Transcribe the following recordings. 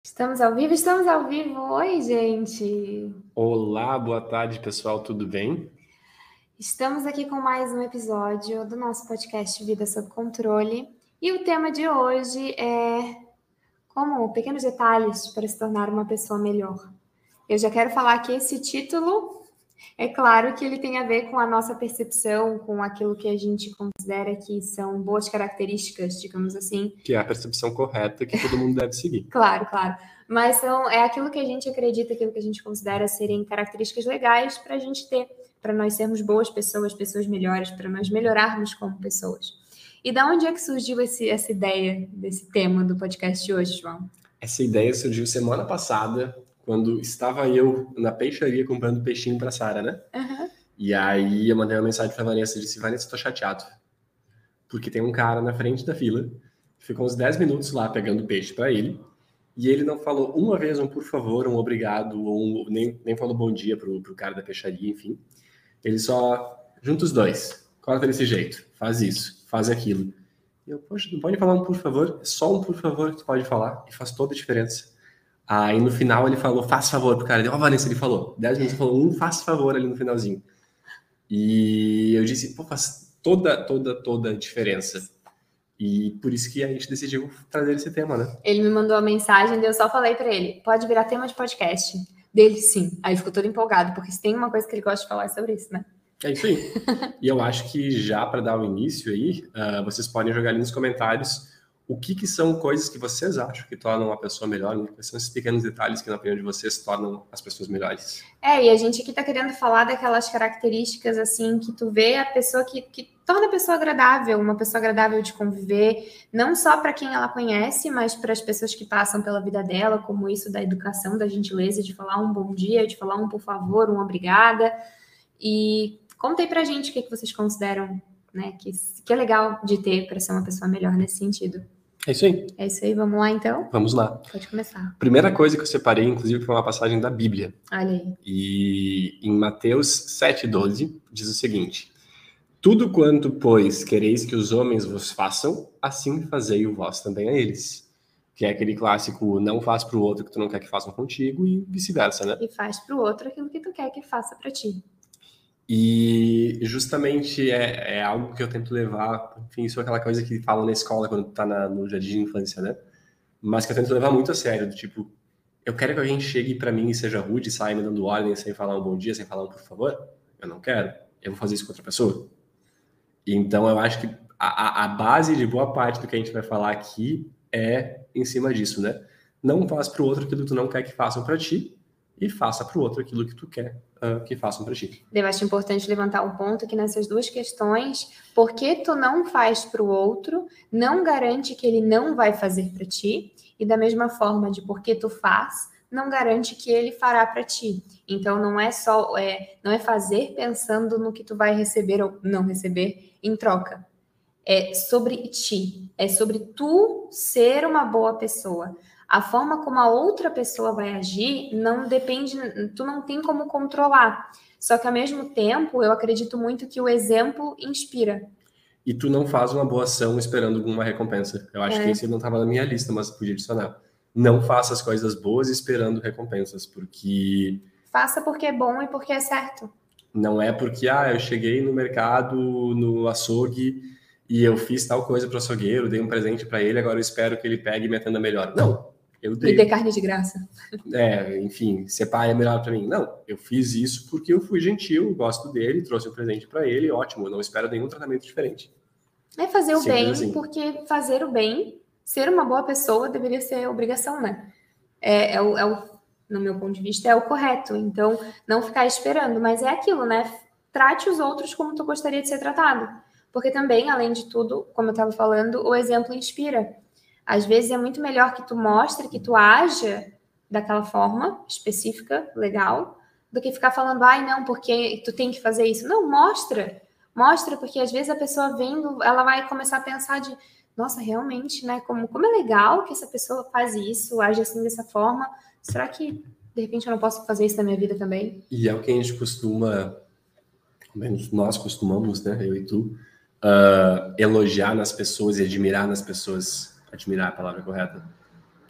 Estamos ao vivo? Estamos ao vivo! Oi, gente! Olá, boa tarde, pessoal, tudo bem? Estamos aqui com mais um episódio do nosso podcast Vida Sob Controle. E o tema de hoje é como pequenos detalhes para se tornar uma pessoa melhor. Eu já quero falar que esse título, é claro que ele tem a ver com a nossa percepção, com aquilo que a gente considera que são boas características, digamos assim. Que é a percepção correta que todo mundo deve seguir. Claro, claro. Mas é aquilo que a gente acredita, aquilo que a gente considera serem características legais para a gente ter, para nós sermos boas pessoas, pessoas melhores, para nós melhorarmos como pessoas. E da onde é que surgiu essa ideia desse tema do podcast de hoje, João? Essa ideia surgiu semana passada, quando estava eu na peixaria comprando peixinho para Sara, né? Uhum. E aí eu mandei uma mensagem para Vanessa e disse: Vanessa, tô chateado. Porque tem um cara na frente da fila, ficou uns 10 minutos lá pegando peixe para ele, e ele não falou uma vez um por favor, um obrigado, ou nem falou bom dia pro cara da peixaria, enfim. Ele só junta os dois, corta desse jeito, faz isso, faz aquilo. E eu, poxa, não pode falar um por favor? É só um por favor que tu pode falar, e faz toda a diferença. Aí no final ele falou, faz favor pro cara. Ó, Vanessa, ele falou. 10 minutos ele falou, faz favor ali no finalzinho. E eu disse, pô, faz toda a diferença. E por isso que a gente decidiu trazer esse tema, né? Ele me mandou a mensagem e eu só falei para ele, pode virar tema de podcast. Dele, sim. Aí ficou todo empolgado, porque se tem uma coisa que ele gosta de falar é sobre isso, né? É isso aí. E eu acho que já para dar o início aí, vocês podem jogar ali nos comentários o que são coisas que vocês acham que tornam uma pessoa melhor, né? Quais são esses pequenos detalhes que, na opinião de vocês, tornam as pessoas melhores. E a gente aqui tá querendo falar daquelas características, assim, que tu vê a pessoa que torna a pessoa agradável, uma pessoa agradável de conviver, não só para quem ela conhece, mas para as pessoas que passam pela vida dela, como isso da educação, da gentileza, de falar um bom dia, de falar um por favor, um obrigada. E conta aí pra gente o que vocês consideram, né, que é legal de ter para ser uma pessoa melhor nesse sentido. É isso aí. É isso aí, vamos lá então? Vamos lá. Pode começar. Primeira coisa que eu separei, inclusive, foi uma passagem da Bíblia. Olha aí. E em Mateus 7,12, diz o seguinte: tudo quanto, pois, quereis que os homens vos façam, assim fazei o vós também a eles. Que é aquele clássico, não faz pro outro que tu não quer que façam contigo e vice-versa, né? E faz pro outro aquilo que tu quer que faça para ti. E justamente é algo que eu tento levar, enfim, isso é aquela coisa que falam na escola quando tu tá no jardim de infância, né? Mas que eu tento levar muito a sério, do tipo, eu quero que alguém chegue para mim e seja rude, saia me dando ordem sem falar um bom dia, sem falar um por favor. Eu não quero. Eu vou fazer isso com outra pessoa. Então eu acho que a base de boa parte do que a gente vai falar aqui é em cima disso, né? Não faz pro outro aquilo que tu não quer que façam para ti e faça pro outro aquilo que tu quer que façam para ti. Eu acho importante levantar um ponto que nessas duas questões, porque tu não faz para o outro, não garante que ele não vai fazer para ti, e da mesma forma de porque tu faz, não garante que ele fará para ti. Então não é só não é fazer pensando no que tu vai receber ou não receber em troca. É sobre ti, é sobre tu ser uma boa pessoa. A forma como a outra pessoa vai agir não depende, tu não tem como controlar. Só que ao mesmo tempo, eu acredito muito que o exemplo inspira. E tu não faz uma boa ação esperando alguma recompensa. Eu acho que esse não estava na minha lista, mas podia adicionar. Não faça as coisas boas esperando recompensas, porque... Faça porque é bom e porque é certo. Não é porque, eu cheguei no mercado, no açougue, e eu fiz tal coisa para o açougueiro, dei um presente para ele, agora eu espero que ele pegue e me atenda melhor. Não, eu dei. Me dê carne de graça. Enfim, ser pai é melhor para mim. Não, eu fiz isso porque eu fui gentil, gosto dele, trouxe um presente para ele, ótimo, não espero nenhum tratamento diferente. É fazer o Simples bem, assim. porque fazer o bem, ser uma boa pessoa deveria ser obrigação, né? No meu ponto de vista, é o correto. Então, não ficar esperando, mas é aquilo, né? Trate os outros como tu gostaria de ser tratado. Porque também, além de tudo, como eu estava falando, o exemplo inspira. Às vezes é muito melhor que tu mostre, que tu haja daquela forma específica, legal, do que ficar falando, não, porque tu tem que fazer isso. Não, mostra. Mostra, porque às vezes a pessoa vendo, ela vai começar a pensar de, nossa, realmente, né? Como é legal que essa pessoa faz isso, age assim dessa forma. Será que, de repente, eu não posso fazer isso na minha vida também? E é o que a gente costuma, pelo menos nós costumamos, né, eu e tu, elogiar nas pessoas e admirar nas pessoas. Admirar é a palavra correta.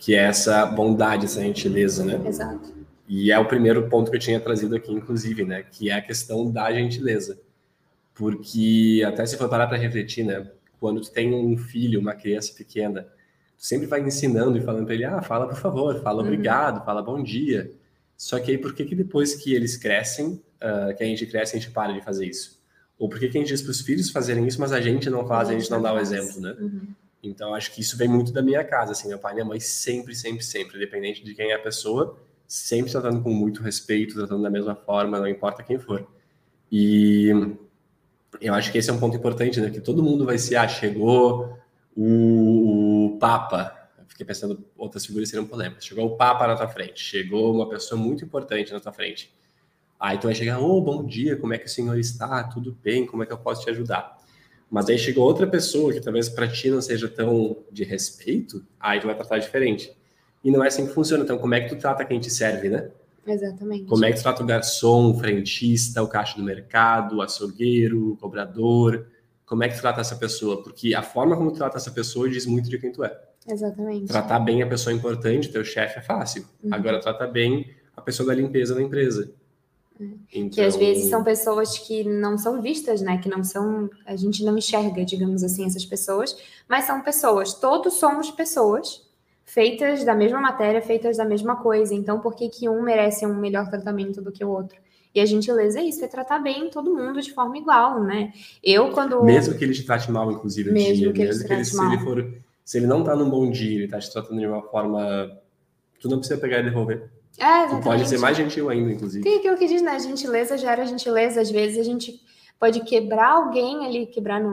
que é essa bondade, essa gentileza, né? Exato. E é o primeiro ponto que eu tinha trazido aqui, inclusive, né? Que é a questão da gentileza. Porque até se for parar para refletir, né? Quando tu tem um filho, uma criança pequena, tu sempre vai ensinando e falando para ele, fala por favor, fala obrigado, fala bom dia. Só que aí por que depois que eles crescem, que a gente cresce, a gente para de fazer isso? Ou por que a gente diz para os filhos fazerem isso, mas a gente não faz, a gente não dá o exemplo, né? Então, acho que isso vem muito da minha casa, assim, meu pai e minha mãe sempre, sempre, sempre, independente de quem é a pessoa, sempre tratando com muito respeito, tratando da mesma forma, não importa quem for. E eu acho que esse é um ponto importante, né? Que todo mundo vai ser, chegou o Papa. Eu fiquei pensando, outras figuras seriam polêmicas. Chegou o Papa na tua frente, chegou uma pessoa muito importante na tua frente. Aí tu vai chegar, bom dia, como é que o senhor está? Tudo bem? Como é que eu posso te ajudar? Mas aí chegou outra pessoa que talvez para ti não seja tão de respeito, aí tu vai tratar diferente. E não é assim que funciona. Então, como é que tu trata quem te serve, né? Exatamente. Como é que tu trata o garçom, o frentista, o caixa do mercado, o açougueiro, o cobrador? Como é que tu trata essa pessoa? Porque a forma como tu trata essa pessoa diz muito de quem tu é. Exatamente. Tratar bem a pessoa importante, teu chefe, é fácil. Agora, tratar bem a pessoa da limpeza da empresa. Então... Que às vezes são pessoas que não são vistas, né? Que não são... A gente não enxerga, digamos assim, essas pessoas. Mas são pessoas. Todos somos pessoas feitas da mesma matéria, feitas da mesma coisa. Então, por que um merece um melhor tratamento do que o outro? E a gentileza é isso, é tratar bem todo mundo de forma igual, né? Mesmo que ele te trate mal, inclusive, mesmo que ele se ele não tá num bom dia, ele tá te tratando de uma forma... Tu não precisa pegar e devolver. Exatamente. Tu pode ser mais gentil ainda, inclusive. Tem aquilo que diz, né? Gentileza gera gentileza. Às vezes a gente pode quebrar alguém ali, quebrar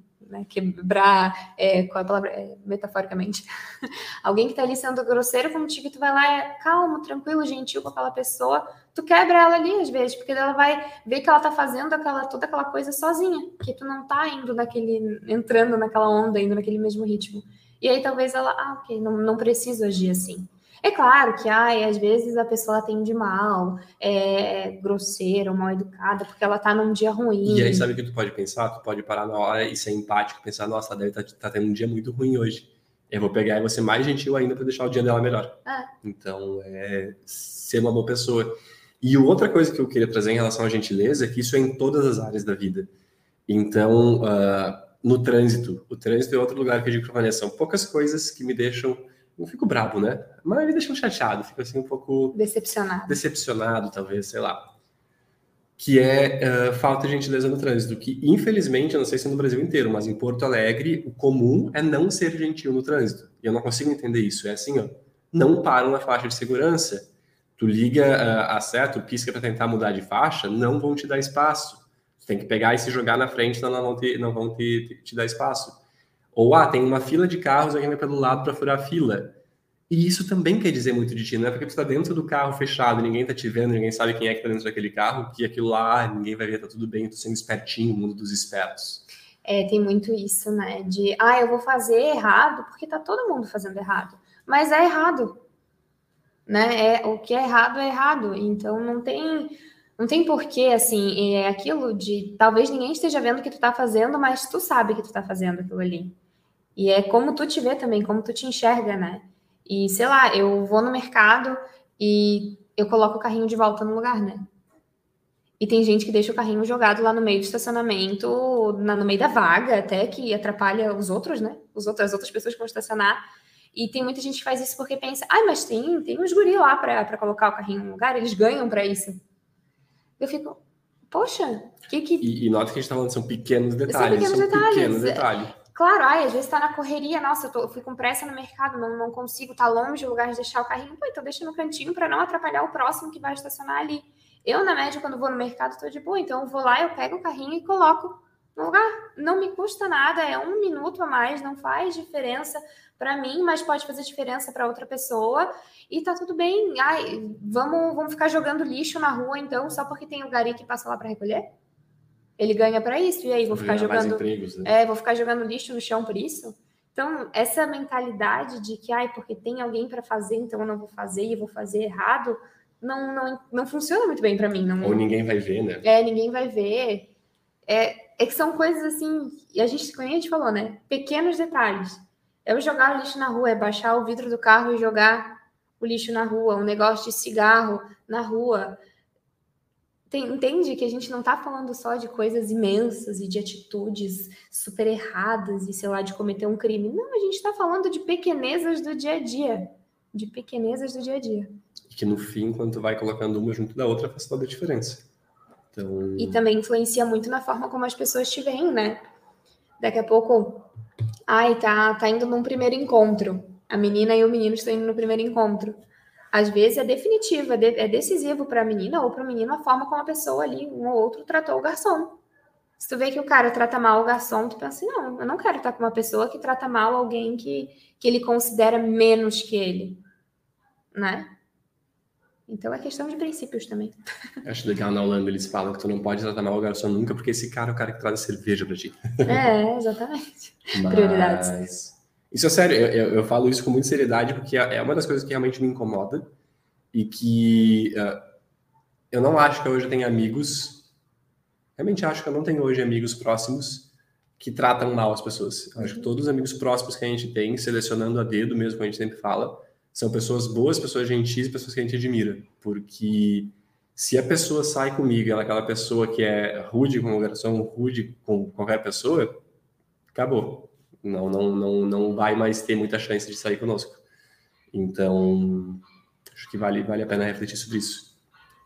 qual é a palavra? Metaforicamente. Alguém que tá ali sendo grosseiro contigo, tu vai lá, calmo, tranquilo, gentil com aquela pessoa, tu quebra ela ali às vezes, porque ela vai ver que ela tá fazendo toda aquela coisa sozinha, que tu não tá entrando naquela onda, indo naquele mesmo ritmo. E aí talvez ela, ok, não preciso agir assim. É claro que, às vezes a pessoa atende mal, é grosseira ou mal educada, porque ela tá num dia ruim. E aí, sabe o que tu pode pensar? Tu pode parar na hora e ser empático, pensar, nossa, ela deve tá tendo um dia muito ruim hoje. Eu vou pegar e vou ser mais gentil ainda para deixar o dia dela melhor. Então, é ser uma boa pessoa. E outra coisa que eu queria trazer em relação à gentileza é que isso é em todas as áreas da vida. Então, no trânsito, o trânsito é outro lugar que eu digo para Vanessa, são poucas coisas que me deixam... Não fico bravo, né? Mas me deixa chateado, fico assim um pouco... Decepcionado, talvez, sei lá. Que é falta de gentileza no trânsito, que infelizmente, eu não sei se é no Brasil inteiro, mas em Porto Alegre, o comum é não ser gentil no trânsito. E eu não consigo entender isso. É assim, não param na faixa de segurança. Tu liga a seta, tu pisca para tentar mudar de faixa, não vão te dar espaço. Tu tem que pegar e se jogar na frente, não vão te dar espaço. Ou, tem uma fila de carros, alguém vai pelo lado para furar a fila. E isso também quer dizer muito de ti, não é porque tu tá dentro do carro fechado, ninguém tá te vendo, ninguém sabe quem é que tá dentro daquele carro, que aquilo lá, ninguém vai ver, tá tudo bem, tô sendo espertinho, o mundo dos espertos. Tem muito isso, né? De, eu vou fazer errado, porque tá todo mundo fazendo errado. Mas é errado, né? O que é errado. Então, não tem porquê, assim, é aquilo de, talvez ninguém esteja vendo o que tu tá fazendo, mas tu sabe que tu tá fazendo aquilo ali. E é como tu te vê também, como tu te enxerga, né? E, sei lá, eu vou no mercado e eu coloco o carrinho de volta no lugar, né? E tem gente que deixa o carrinho jogado lá no meio do estacionamento, no meio da vaga, até que atrapalha os outros, né? As outras pessoas que vão estacionar. E tem muita gente que faz isso porque pensa, mas tem uns guri lá pra colocar o carrinho no lugar, eles ganham pra isso. Eu fico, poxa, E nota que a gente tá falando, são pequenos detalhes. Pequenos detalhes. Claro, às vezes tá na correria, nossa, eu fui com pressa no mercado, não consigo, tá longe do lugar de deixar o carrinho, então deixa no cantinho para não atrapalhar o próximo que vai estacionar ali. Eu, na média, quando vou no mercado, tô de boa, então eu vou lá, eu pego o carrinho e coloco no lugar. Não me custa nada, é 1 minuto a mais, não faz diferença para mim, mas pode fazer diferença para outra pessoa e tá tudo bem. Vamos ficar jogando lixo na rua, então, só porque tem o gari que passa lá para recolher? Ele ganha para isso, e aí vou ficar jogando empregos, né? Vou ficar jogando lixo no chão por isso. Então, essa mentalidade de que porque tem alguém para fazer, então eu não vou fazer e vou fazer errado, não funciona muito bem para mim. Ou ninguém vai ver, né? Ninguém vai ver. É que são coisas assim, e como a gente falou, né? Pequenos detalhes. É eu jogar o lixo na rua, é baixar o vidro do carro e jogar o lixo na rua, um negócio de cigarro na rua. Entende que a gente não está falando só de coisas imensas e de atitudes super erradas e, sei lá, de cometer um crime. Não, a gente está falando de pequenezas do dia a dia. De pequenezas do dia a dia. E que no fim, quando tu vai colocando uma junto da outra, faz toda a diferença. Então... E também influencia muito na forma como as pessoas te veem, né? Daqui a pouco, tá indo num primeiro encontro. A menina e o menino estão indo no primeiro encontro. Às vezes é definitivo, é decisivo para a menina ou para o menino a forma como a pessoa ali, um ou outro, tratou o garçom. Se tu vê que o cara trata mal o garçom, tu pensa assim, não, eu não quero estar com uma pessoa que trata mal alguém que ele considera menos que ele, né? Então é questão de princípios também. Acho legal na Holanda, eles falam que tu não pode tratar mal o garçom nunca, porque esse cara é o cara que traz a cerveja pra ti. Exatamente. Mas... Prioridades. Isso é sério, eu falo isso com muita seriedade, porque é uma das coisas que realmente me incomoda e que eu não acho que hoje eu tenho amigos, realmente acho que eu não tenho hoje amigos próximos que tratam mal as pessoas. Eu acho que todos os amigos próximos que a gente tem, selecionando a dedo mesmo, como a gente sempre fala, são pessoas boas, pessoas gentis, pessoas que a gente admira. Porque se a pessoa sai comigo, ela é aquela pessoa que é rude com o garçom, rude com qualquer pessoa, acabou. Não vai mais ter muita chance de sair conosco. Então, acho que vale a pena refletir sobre isso.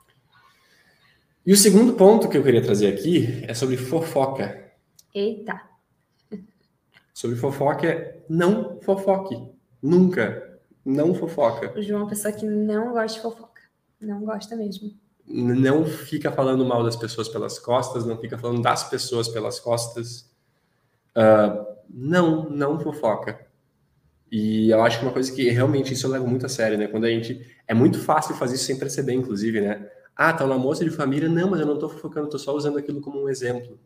E o segundo ponto que eu queria trazer aqui é sobre fofoca. Eita. Sobre fofoca é não fofoque. Nunca. Não fofoca. O João é uma pessoa que não gosta de fofoca. Não gosta mesmo. Não fica falando mal das pessoas pelas costas, não fica falando das pessoas pelas costas. Não fofoca. E eu acho que uma coisa que realmente isso eu levo muito a sério, né? Quando a gente... É muito fácil fazer isso sem perceber, inclusive, né? Tá no almoço de família. Não, mas eu não tô fofocando, tô só usando aquilo como um exemplo.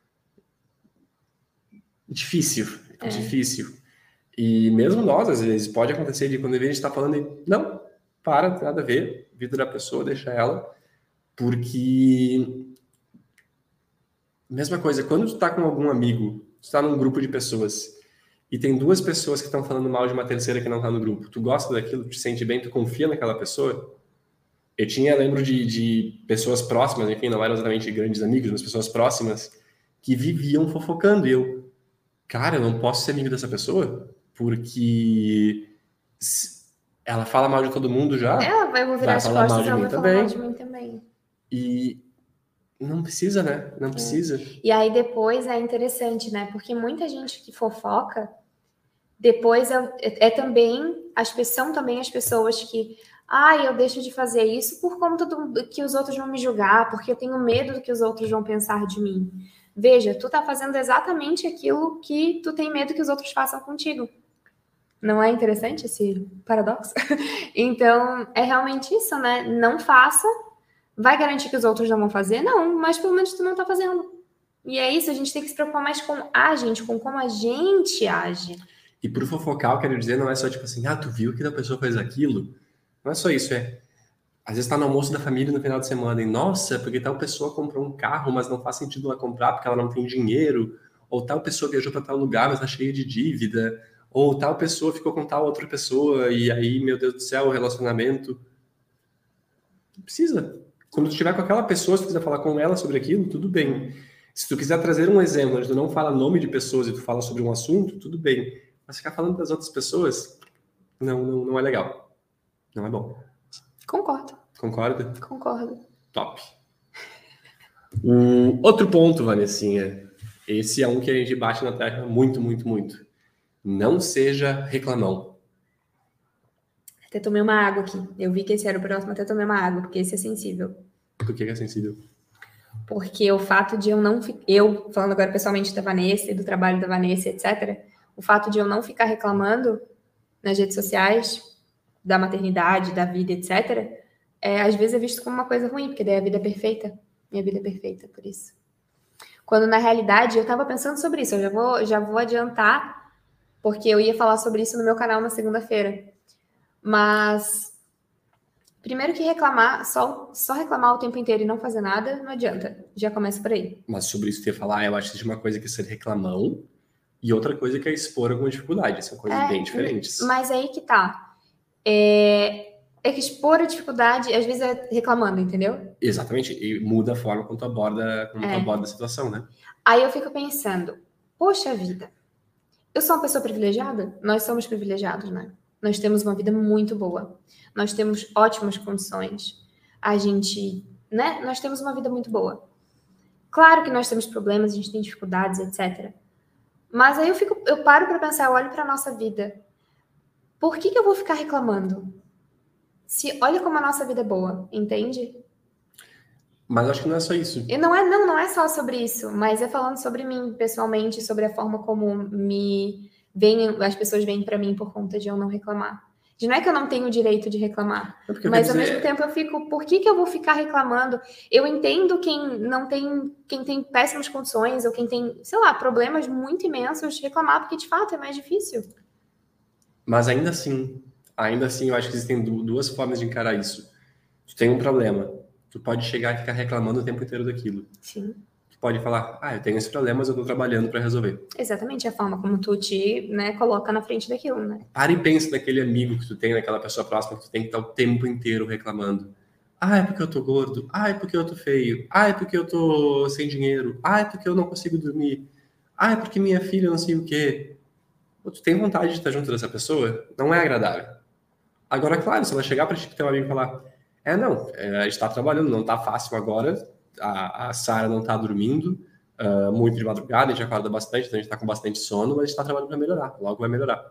Difícil. Difícil. E mesmo nós, às vezes, pode acontecer de quando a gente tá falando e... Não, para, nada a ver. Vida da pessoa, deixa ela. Porque... Mesma coisa, quando tu tá com algum amigo, tu tá num grupo de pessoas... e tem duas pessoas que estão falando mal de uma terceira que não está no grupo, tu gosta daquilo, tu te sente bem, tu confia naquela pessoa? Lembro de pessoas próximas, enfim, não eram exatamente grandes amigos, mas pessoas próximas, que viviam fofocando, e eu, cara, eu não posso ser amigo dessa pessoa, porque ela fala mal de todo mundo já, eu vou virar as falar costas mal e de ela mim vai falar mal de mim também. E não precisa, né? Não precisa. E aí depois é interessante, né? Porque muita gente que fofoca, depois são também as pessoas que, eu deixo de fazer isso por conta que os outros vão me julgar, porque eu tenho medo do que os outros vão pensar de mim. Veja, tu tá fazendo exatamente aquilo que tu tem medo que os outros façam contigo. Não é interessante esse paradoxo? Então, é realmente isso, né? Não faça. Vai garantir que os outros não vão fazer? Não, mas pelo menos tu não tá fazendo. E é isso, a gente tem que se preocupar mais com a gente, com como a gente age. E por fofocar, eu quero dizer, não é só tipo assim, tu viu que a pessoa fez aquilo? Não é só isso, às vezes tá no almoço da família no final de semana e, nossa, porque tal pessoa comprou um carro, mas não faz sentido ela comprar porque ela não tem dinheiro, ou tal pessoa viajou para tal lugar, mas tá cheia de dívida, ou tal pessoa ficou com tal outra pessoa, e aí, meu Deus do céu, o relacionamento... Não precisa. Quando tu estiver com aquela pessoa, se tu quiser falar com ela sobre aquilo, tudo bem. Se tu quiser trazer um exemplo onde tu não fala nome de pessoas e tu fala sobre um assunto, tudo bem. Mas ficar falando das outras pessoas, não é legal. Não é bom. Concordo. Concorda? Concordo. Top. O outro ponto, Vanessinha, esse é um que a gente bate na tecla muito, muito, muito. Não seja reclamão. Até tomei uma água aqui. Eu vi que esse era o próximo, até tomei uma água, porque esse é sensível. Por que é sensível? Porque o fato de eu falando agora pessoalmente da Vanessa e do trabalho da Vanessa, etc., o fato de eu não ficar reclamando nas redes sociais da maternidade, da vida, etc., às vezes é visto como uma coisa ruim, porque daí a vida é perfeita. Minha vida é perfeita, por isso. Quando, na realidade, eu estava pensando sobre isso. Eu já vou adiantar, porque eu ia falar sobre isso no meu canal na segunda-feira. Mas, primeiro que reclamar, só reclamar o tempo inteiro e não fazer nada, não adianta. Já começa por aí. Mas sobre isso que eu ia falar, eu acho que existe uma coisa que é ser reclamão E outra coisa que é expor alguma dificuldade. São coisas bem diferentes. Mas aí que tá. É que expor a dificuldade, às vezes, é reclamando, entendeu? Exatamente. E muda a forma como tu aborda a situação, né? Aí eu fico pensando, poxa vida, eu sou uma pessoa privilegiada? Nós somos privilegiados, né? Nós temos uma vida muito boa. Nós temos ótimas condições. A gente, né? Nós temos uma vida muito boa. Claro que nós temos problemas, a gente tem dificuldades, etc. Mas aí eu paro para pensar, eu olho para a nossa vida. Por que eu vou ficar reclamando? Olha como a nossa vida é boa, entende? Mas acho que não é só isso. E não é só sobre isso, mas é falando sobre mim pessoalmente, sobre a forma como as pessoas vêm para mim por conta de eu não reclamar. Não é que eu não tenho o direito de reclamar, mas ao mesmo tempo eu fico, por que eu vou ficar reclamando? Eu entendo quem tem péssimas condições ou quem tem, sei lá, problemas muito imensos reclamar, porque de fato é mais difícil. Mas ainda assim eu acho que existem duas formas de encarar isso. Tu tem um problema, tu pode chegar e ficar reclamando o tempo inteiro daquilo. Sim. Tu pode falar, eu tenho esse problema, mas eu tô trabalhando para resolver. Exatamente, a forma como tu te, coloca na frente daquilo, né? Para e pensa naquele amigo que tu tem, naquela pessoa próxima que tu tem que estar o tempo inteiro reclamando. É porque eu tô gordo. É porque eu tô feio. É porque eu tô sem dinheiro. É porque eu não consigo dormir. É porque minha filha não sei o quê. Tu tem vontade de estar junto dessa pessoa? Não é agradável. Agora, claro, se ela chegar para ti que teu amigo e falar, a gente tá trabalhando, não tá fácil agora, a Sara não tá dormindo muito de madrugada, a gente acorda bastante, então a gente tá com bastante sono, mas a gente tá trabalhando para melhorar, logo vai melhorar.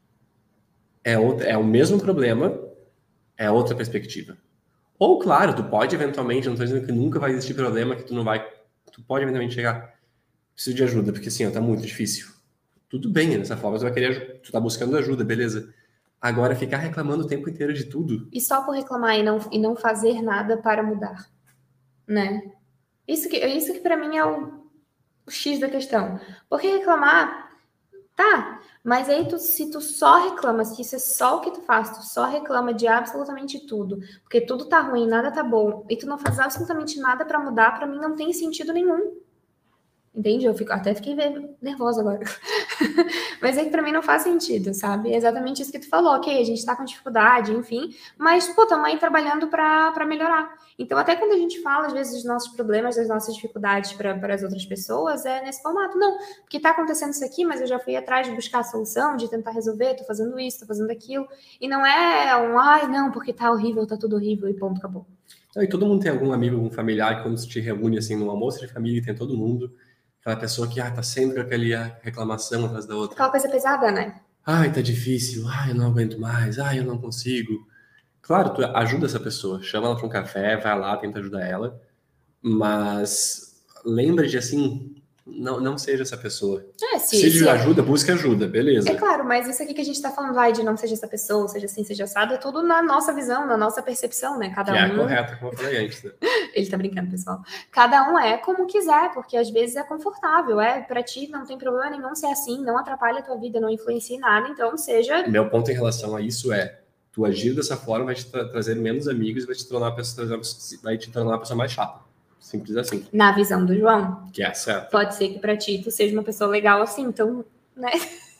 É o mesmo problema, é outra perspectiva. Ou, claro, tu pode eventualmente, não tô dizendo que nunca vai existir problema, que tu pode eventualmente chegar, preciso de ajuda, porque assim, tá muito difícil. Tudo bem, dessa forma tu vai querer, tu tá buscando ajuda, beleza. Agora, ficar reclamando o tempo inteiro de tudo. E só por reclamar e não fazer nada para mudar, né? Isso que para mim é o X da questão. Porque reclamar, tá, mas aí se tu só reclama, se isso é só o que tu faz, tu só reclama de absolutamente tudo, porque tudo tá ruim, nada tá bom, e tu não faz absolutamente nada para mudar, para mim não tem sentido nenhum. Entende? Até fiquei nervosa agora. Mas é que pra mim não faz sentido, sabe? É exatamente isso que tu falou. Ok, a gente tá com dificuldade, enfim. Mas, pô, tamo aí trabalhando pra melhorar. Então, até quando a gente fala, às vezes, dos nossos problemas, das nossas dificuldades para as outras pessoas, é nesse formato. Não, porque tá acontecendo isso aqui, mas eu já fui atrás de buscar a solução, de tentar resolver, tô fazendo isso, tô fazendo aquilo. E não é não, porque tá horrível, tá tudo horrível e ponto, acabou. E todo mundo tem algum amigo, algum familiar, que quando se te reúne, assim, num almoço de família, tem todo mundo... Aquela pessoa que tá sempre com aquela reclamação atrás da outra. Aquela coisa pesada, né? Tá difícil. Eu não aguento mais. Eu não consigo. Claro, tu ajuda essa pessoa. Chama ela para um café, vai lá, tenta ajudar ela. Mas lembra de, assim, não seja essa pessoa. Se ajuda, busca ajuda, beleza. É claro, mas isso aqui que a gente tá falando, de não seja essa pessoa, seja assim, seja assado, é tudo na nossa visão, na nossa percepção, né? Cada um... é correto, como eu falei antes, né? Ele tá brincando, pessoal. Cada um é como quiser, porque às vezes é confortável, pra ti não tem problema nenhum ser assim, não atrapalha a tua vida, não influencia em nada, então seja... Meu ponto em relação a isso é, tu agir dessa forma vai te trazer menos amigos e vai te tornar uma pessoa mais chata. Simples assim. Na visão do João. Que é certo. Pode ser que pra ti tu seja uma pessoa legal assim, então, né?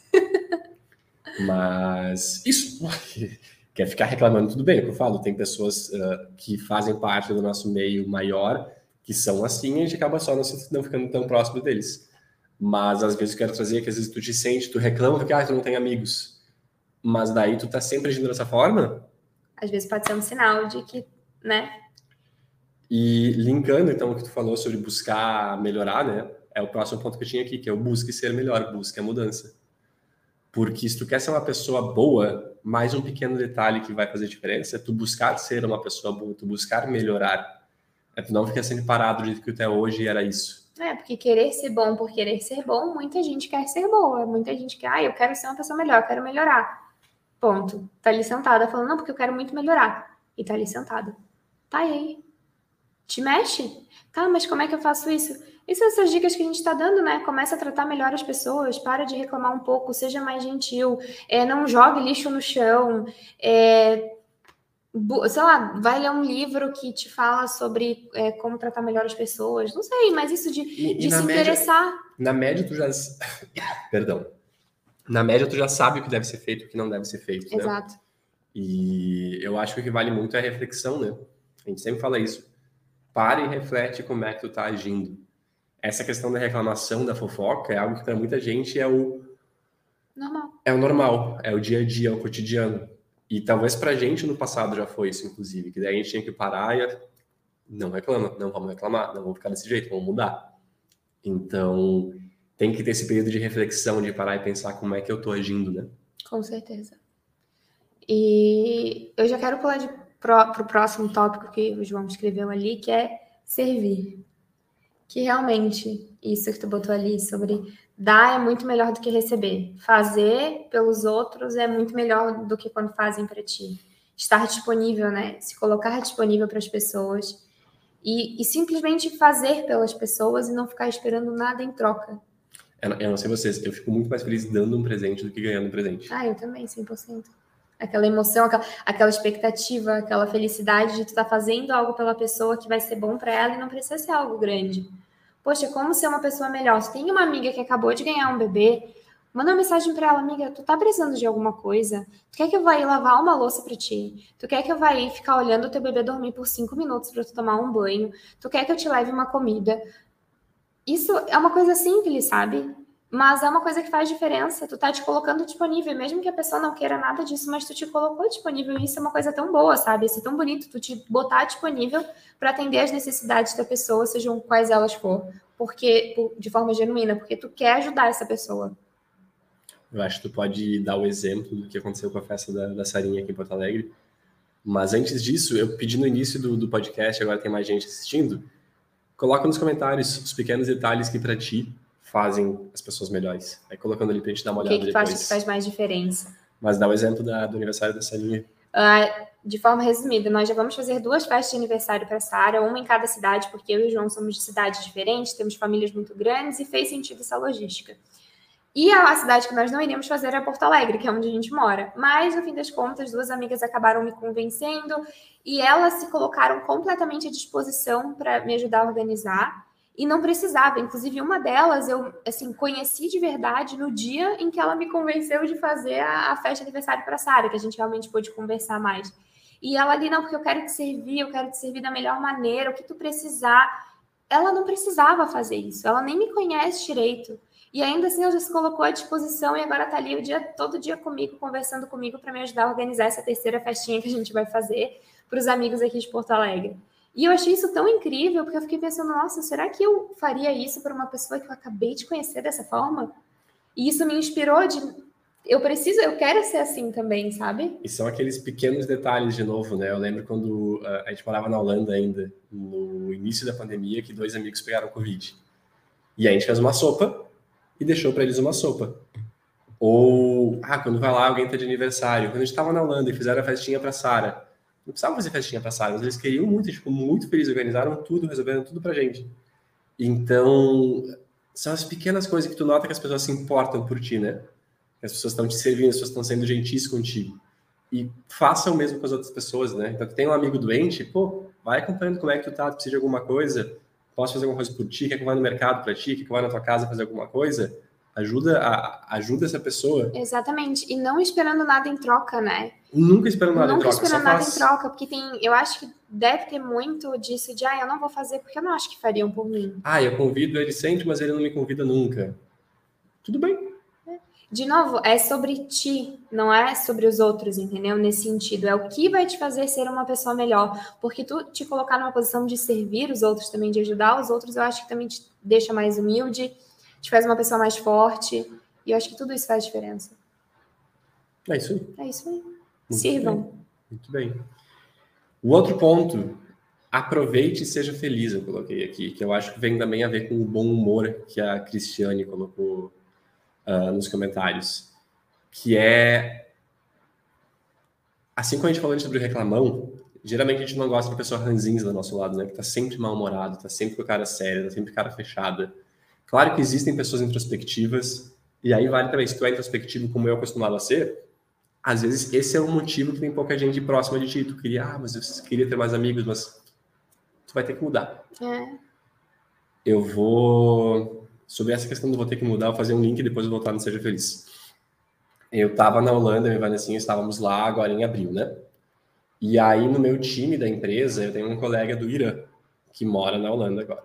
Mas isso, quer ficar reclamando, tudo bem, é o que eu falo, tem pessoas que fazem parte do nosso meio maior, que são assim, e a gente acaba só não ficando tão próximo deles. Mas às vezes eu quero trazer que às vezes tu te sente, tu reclama porque tu não tem amigos. Mas daí tu tá sempre agindo dessa forma? Às vezes pode ser um sinal de que, né? E linkando, então, o que tu falou sobre buscar melhorar, né? É o próximo ponto que eu tinha aqui, que é o busque ser melhor, busque a mudança. Porque se tu quer ser uma pessoa boa, mais um pequeno detalhe que vai fazer diferença é tu buscar ser uma pessoa boa, tu buscar melhorar. É tu não ficar sempre parado do jeito que até hoje era isso. Porque querer ser bom por querer ser bom, muita gente quer ser boa. Muita gente quer, eu quero ser uma pessoa melhor, eu quero melhorar. Ponto. Tá ali sentada falando, não, porque eu quero muito melhorar. E tá ali sentada. Tá aí. Te mexe? Tá, mas como é que eu faço isso? Essas são essas dicas que a gente tá dando, né? Começa a tratar melhor as pessoas, para de reclamar um pouco, seja mais gentil, não jogue lixo no chão, sei lá, vai ler um livro que te fala sobre como tratar melhor as pessoas, não sei, mas isso de se interessar. Na média, tu já... Perdão. Na média, tu já sabe o que deve ser feito e o que não deve ser feito, né? Exato. E eu acho que o que vale muito é a reflexão, né? A gente sempre fala isso. Para e reflete como é que tu tá agindo. Essa questão da reclamação, da fofoca, é algo que para muita gente é o normal, é o dia a dia, é o cotidiano. E talvez pra gente no passado já foi isso, inclusive, que daí a gente tinha que parar e não reclama, não vamos reclamar, não vamos ficar desse jeito, vamos mudar. Então, tem que ter esse período de reflexão, de parar e pensar como é que eu tô agindo, né? Com certeza. E eu já quero pular pro próximo tópico que o João escreveu ali, que é servir. Que realmente, isso que tu botou ali sobre dar é muito melhor do que receber. Fazer pelos outros é muito melhor do que quando fazem para ti. Estar disponível, né? Se colocar disponível para as pessoas e simplesmente fazer pelas pessoas e não ficar esperando nada em troca. Eu não sei vocês, eu fico muito mais feliz dando um presente do que ganhando um presente. Ah, eu também, 100%. Aquela emoção, aquela expectativa, aquela felicidade de tu estar fazendo algo pela pessoa que vai ser bom para ela e não precisa ser algo grande. Poxa, como ser uma pessoa melhor? Se tem uma amiga que acabou de ganhar um bebê, manda uma mensagem para ela, amiga, tu tá precisando de alguma coisa? Tu quer que eu vá ir lavar uma louça para ti? Tu quer que eu vá ir ficar olhando o teu bebê dormir por 5 minutos para tu tomar um banho? Tu quer que eu te leve uma comida? Isso é uma coisa simples, sabe? Mas é uma coisa que faz diferença. Tu tá te colocando disponível, mesmo que a pessoa não queira nada disso, mas tu te colocou disponível e isso é uma coisa tão boa, sabe? Isso é tão bonito, tu te botar disponível para atender as necessidades da pessoa, sejam quais elas for, porque de forma genuína, porque tu quer ajudar essa pessoa. Eu acho que tu pode dar o exemplo do que aconteceu com a festa da Sarinha aqui em Porto Alegre. Mas antes disso, eu pedi no início do podcast, agora tem mais gente assistindo, coloca nos comentários os pequenos detalhes que para ti fazem as pessoas melhores. Aí colocando ali pra gente dar uma olhada depois. O que tu acha que faz mais diferença? Mas dá o exemplo do aniversário da Sarinha. De forma resumida, nós já vamos fazer 2 festas de aniversário para a Sara, uma em cada cidade, porque eu e o João somos de cidades diferentes, temos famílias muito grandes e fez sentido essa logística. E a cidade que nós não iríamos fazer era Porto Alegre, que é onde a gente mora. Mas, no fim das contas, 2 amigas acabaram me convencendo e elas se colocaram completamente à disposição para me ajudar a organizar. E não precisava. Inclusive, uma delas eu assim, conheci de verdade no dia em que ela me convenceu de fazer a festa de aniversário para a Sara, que a gente realmente pôde conversar mais. E ela ali, não, porque eu quero te servir da melhor maneira, o que tu precisar. Ela não precisava fazer isso, ela nem me conhece direito. E ainda assim ela já se colocou à disposição e agora tá ali todo dia comigo, conversando comigo para me ajudar a organizar essa terceira festinha que a gente vai fazer para os amigos aqui de Porto Alegre. E eu achei isso tão incrível, porque eu fiquei pensando, nossa, será que eu faria isso para uma pessoa que eu acabei de conhecer dessa forma? E isso me inspirou eu quero ser assim também, sabe? E são aqueles pequenos detalhes de novo, né? Eu lembro quando a gente morava na Holanda ainda, no início da pandemia, que 2 amigos pegaram Covid. E a gente fez uma sopa e deixou para eles uma sopa. Ou, quando vai lá, alguém tá de aniversário. Quando a gente tava na Holanda e fizeram a festinha pra Sara, não precisava fazer festinha pra Sara, mas eles queriam muito, a gente ficou muito feliz, organizaram tudo, resolveram tudo pra gente. Então, são as pequenas coisas que tu nota que as pessoas se importam por ti, né? Que as pessoas estão te servindo, as pessoas estão sendo gentis contigo. E faça o mesmo com as outras pessoas, né? Então, tu tem um amigo doente, vai acompanhando como é que tu tá, tu precisa de alguma coisa, posso fazer alguma coisa por ti, quer que eu vá no mercado pra ti, quer que eu vá na tua casa fazer alguma coisa, ajuda essa pessoa. Exatamente, e não esperando nada em troca, né? Nunca esperando nada em troca, Nunca esperando nada em troca, porque eu acho que deve ter muito disso de, eu não vou fazer porque eu não acho que fariam por mim. Eu convido ele sempre, mas ele não me convida nunca. Tudo bem. De novo, é sobre ti, não é sobre os outros, entendeu? Nesse sentido, é o que vai te fazer ser uma pessoa melhor, porque tu te colocar numa posição de servir os outros também, de ajudar os outros, eu acho que também te deixa mais humilde, te faz uma pessoa mais forte, e eu acho que tudo isso faz diferença. É isso aí. É isso aí. Sirvam. Muito bem. O outro ponto, aproveite e seja feliz, eu coloquei aqui, que eu acho que vem também a ver com o bom humor que a Cristiane colocou nos comentários, que é, assim como a gente falou antes sobre o reclamão, geralmente a gente não gosta de pessoa ranzinza do nosso lado, né, que tá sempre mal-humorado, tá sempre com a cara séria, tá sempre com a cara fechada. Claro que existem pessoas introspectivas, e aí vale também, se tu é introspectivo como eu acostumado a ser, às vezes esse é um motivo que tem pouca gente próxima de ti. Tu queria, mas eu queria ter mais amigos, mas tu vai ter que mudar. Eu vou sobre essa questão do vou ter que mudar, vou fazer um link e depois eu voltar no Seja Feliz. Eu estava na Holanda, eu e a Vanessinha estávamos lá agora em abril, né? E aí, no meu time da empresa, eu tenho um colega do Irã, que mora na Holanda agora.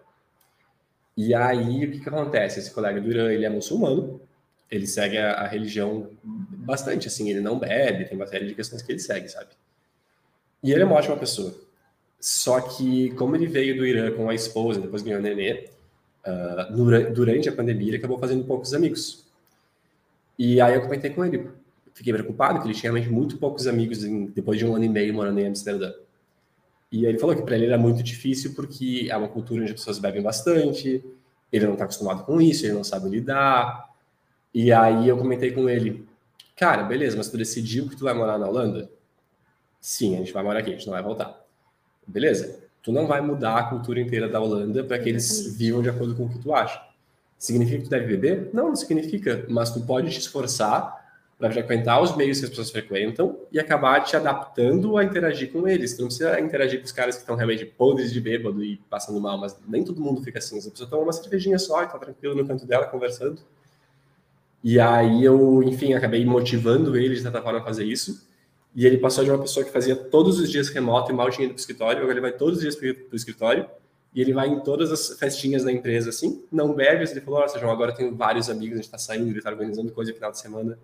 E aí, o que acontece? Esse colega do Irã, ele é muçulmano, ele segue a religião bastante, assim, ele não bebe, tem uma série de questões que ele segue, sabe? E ele é uma ótima pessoa. Só que, como ele veio do Irã com a esposa, depois ganhou nenê, durante a pandemia, ele acabou fazendo poucos amigos. E aí eu comentei com ele, fiquei preocupado, que ele tinha realmente muito poucos amigos depois de 1 ano e meio morando em Amsterdã. E aí ele falou que para ele era muito difícil porque é uma cultura onde as pessoas bebem bastante, ele não está acostumado com isso, ele não sabe lidar. E aí eu comentei com ele, cara, beleza, mas tu decidiu que tu vai morar na Holanda? Sim, a gente vai morar aqui, a gente não vai voltar. Beleza, tu não vai mudar a cultura inteira da Holanda para que eles vivam de acordo com o que tu acha. Significa que tu deve beber? Não, não significa, mas tu pode te esforçar para frequentar os meios que as pessoas frequentam e acabar te adaptando a interagir com eles. Tu não precisa interagir com os caras que estão realmente podres de bêbado e passando mal, mas nem todo mundo fica assim. As pessoas tomam uma cervejinha só e tá tranquilo no canto dela conversando. E aí eu, enfim, acabei motivando ele de certa forma a fazer isso. E ele passou de uma pessoa que fazia todos os dias remoto e mal tinha ido para o escritório, agora ele vai todos os dias para o escritório. E ele vai em todas as festinhas da empresa, assim, não bebe. Ele falou, nossa, João, agora eu tenho vários amigos, a gente tá saindo, ele tá organizando coisa no final de semana.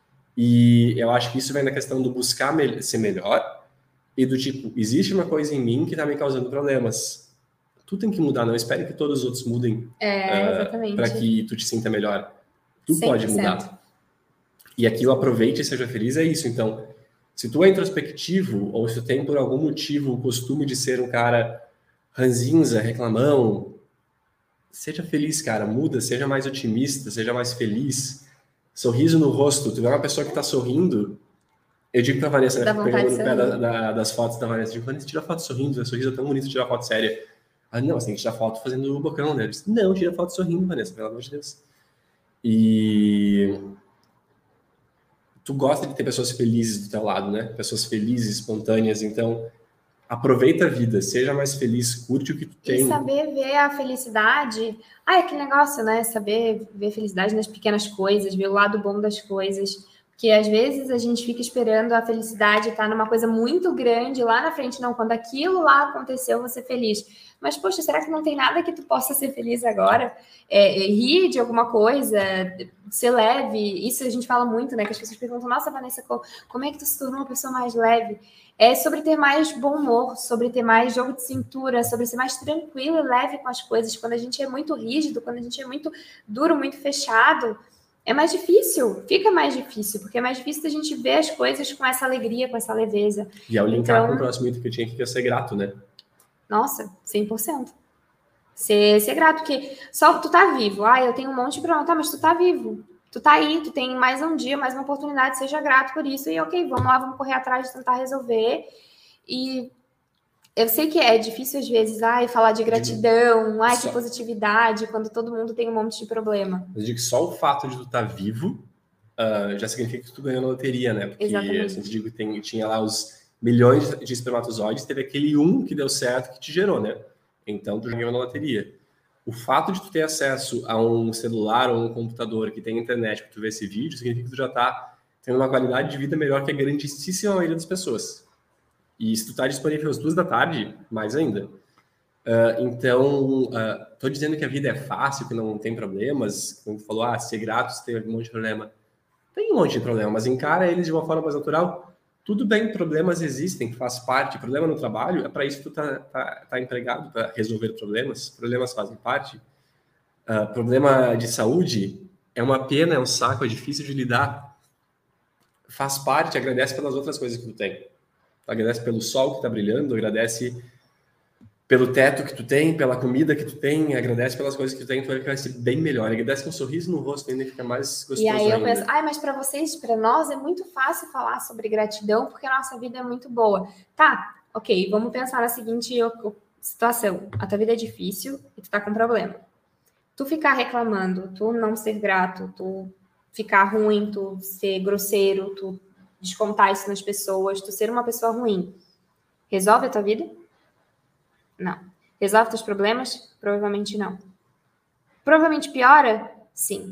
E eu acho que isso vem na questão do buscar ser melhor e do tipo, existe uma coisa em mim que tá me causando problemas. Tu tem que mudar, não espere que todos os outros mudem para que tu te sinta melhor. Tu 100%. Pode mudar. E aqui o aproveite e seja feliz é isso. Então, se tu é introspectivo ou se tu tem por algum motivo o costume de ser um cara ranzinza, reclamão, seja feliz, cara, muda, seja mais otimista, seja mais feliz, sorriso no rosto, tu vê uma pessoa que tá sorrindo, eu digo pra Vanessa, né, pegando no pé das fotos da Vanessa, eu digo, Vanessa, tira foto sorrindo, o sorriso é tão bonito, tira foto séria. Ah, não, você tem que tirar foto fazendo o bocão, né? Eu disse, não, tira foto sorrindo, Vanessa, pelo amor de Deus. E tu gosta de ter pessoas felizes do teu lado, né? Pessoas felizes, espontâneas, então aproveita a vida, seja mais feliz, curte o que tu tem. E saber ver a felicidade. É aquele negócio, né? Saber ver felicidade nas pequenas coisas, ver o lado bom das coisas. Porque às vezes a gente fica esperando a felicidade estar numa coisa muito grande lá na frente. Não, quando aquilo lá aconteceu, você feliz. Mas, poxa, será que não tem nada que tu possa ser feliz agora? Rir de alguma coisa, ser leve. Isso a gente fala muito, né? Que as pessoas perguntam, nossa, Vanessa, como é que tu se tornou uma pessoa mais leve? É sobre ter mais bom humor, sobre ter mais jogo de cintura, sobre ser mais tranquilo e leve com as coisas. Quando a gente é muito rígido, quando a gente é muito duro, muito fechado, é mais difícil, fica mais difícil, porque é mais difícil a gente ver as coisas com essa alegria, com essa leveza. E ao linkar com o próximo item que eu tinha aqui, que é ser grato, né? Nossa, 100%. Ser grato, porque só tu tá vivo. Eu tenho um monte de problema, tá, mas tu tá vivo. Tu tá aí, tu tem mais um dia, mais uma oportunidade, seja grato por isso. E ok, vamos lá, vamos correr atrás de tentar resolver. E eu sei que é difícil às vezes, falar de gratidão, que positividade, quando todo mundo tem um monte de problema. Eu digo que só o fato de tu estar vivo já significa que tu ganhou na loteria, né? Porque assim, eu digo que tinha lá os milhões de espermatozoides, teve aquele que deu certo que te gerou, né? Então tu ganhou na loteria. O fato de tu ter acesso a um celular ou um computador que tem internet para tu ver esse vídeo, significa que tu já tá tendo uma qualidade de vida melhor que a grandíssima maioria das pessoas. E se tu tá disponível às 2 da tarde, mais ainda. Então, tô dizendo que a vida é fácil, que não tem problemas. Como tu falou, ser grato, você tem um monte de problema. Tem um monte de problema, mas encara eles de uma forma mais natural. Tudo bem, problemas existem, faz parte. Problema no trabalho, é para isso que tu tá empregado, para resolver problemas. Problemas fazem parte. Problema de saúde é uma pena, é um saco, é difícil de lidar. Faz parte, agradece pelas outras coisas que tu tem. Agradece pelo sol que está brilhando, agradece pelo teto que tu tem, pela comida que tu tem, agradece pelas coisas que tu tem, tu vai ser bem melhor. Agradece com um sorriso no rosto ainda, fica mais gostoso. E aí eu penso, mas para vocês, para nós, é muito fácil falar sobre gratidão, porque a nossa vida é muito boa. Tá, ok, vamos pensar na seguinte situação. A tua vida é difícil e tu tá com problema. Tu ficar reclamando, tu não ser grato, tu ficar ruim, tu ser grosseiro, tu descontar isso nas pessoas, tu ser uma pessoa ruim, resolve a tua vida? Não. Resolve teus problemas? Provavelmente não. Provavelmente piora? Sim.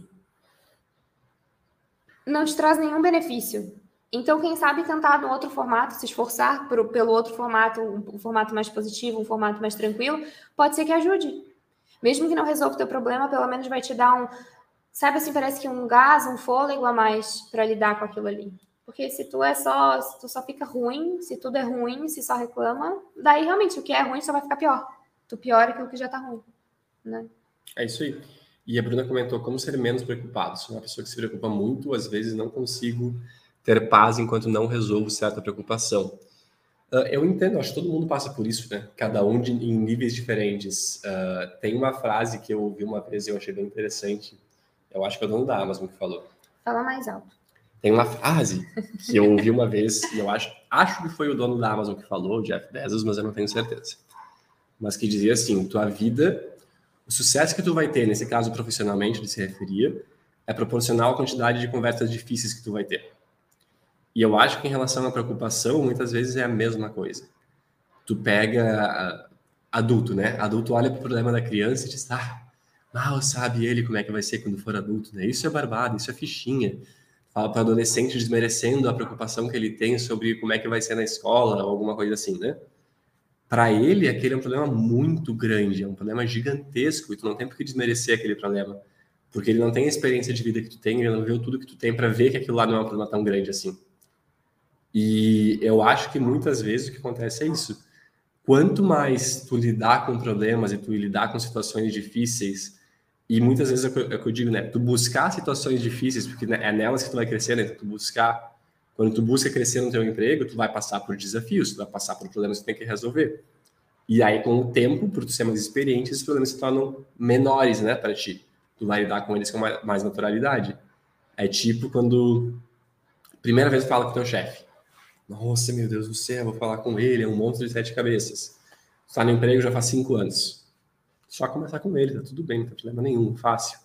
Não te traz nenhum benefício. Então, quem sabe tentar no outro formato, se esforçar pelo outro formato, um formato mais positivo, um formato mais tranquilo, pode ser que ajude. Mesmo que não resolva o teu problema, pelo menos vai te dar um... Sabe assim, parece que um gás, um fôlego a mais para lidar com aquilo ali. Porque se tu só fica ruim, se tudo é ruim, se só reclama, daí realmente o que é ruim só vai ficar pior. Tu piora aquilo que já tá ruim, né? É isso aí. E a Bruna comentou como ser menos preocupado. Sou uma pessoa que se preocupa muito, às vezes não consigo ter paz enquanto não resolvo certa preocupação. Eu entendo, acho que todo mundo passa por isso, né? Cada um em níveis diferentes. Tem uma frase que eu ouvi uma vez e eu achei bem interessante. Eu acho que é o dono da Amazon que falou. Fala mais alto. Tem uma frase que eu ouvi uma vez e eu acho que foi o dono da Amazon que falou, Jeff Bezos, mas eu não tenho certeza. Mas que dizia assim, tua vida, o sucesso que tu vai ter, nesse caso profissionalmente, ele se referia, é proporcional à quantidade de conversas difíceis que tu vai ter. E eu acho que em relação à preocupação, muitas vezes é a mesma coisa. Tu pega adulto, né? Adulto olha para o problema da criança e diz, mal sabe ele como é que vai ser quando for adulto, né? Isso é barbado, isso é fichinha. Fala para o adolescente desmerecendo a preocupação que ele tem sobre como é que vai ser na escola ou alguma coisa assim, né? Para ele, aquele é um problema muito grande, é um problema gigantesco e tu não tem por que desmerecer aquele problema, porque ele não tem a experiência de vida que tu tem, ele não viu tudo que tu tem para ver que aquilo lá não é um problema tão grande assim. E eu acho que muitas vezes o que acontece é isso. Quanto mais tu lidar com problemas e tu lidar com situações difíceis, e muitas vezes é o que eu digo, né? Tu buscar situações difíceis, porque é nelas que tu vai crescer, né? Quando tu busca crescer no teu emprego, tu vai passar por desafios, tu vai passar por problemas que tu tem que resolver. E aí, com o tempo, por tu ser mais experiente, esses problemas se tornam menores, né, para ti. Tu vai lidar com eles com mais naturalidade. É tipo quando primeira vez tu fala com o teu chefe. Nossa, meu Deus do céu, vou falar com ele, é um monstro de 7 cabeças. Tu tá no emprego já faz 5 anos. Só começar com ele, tá tudo bem, não tem problema nenhum, fácil.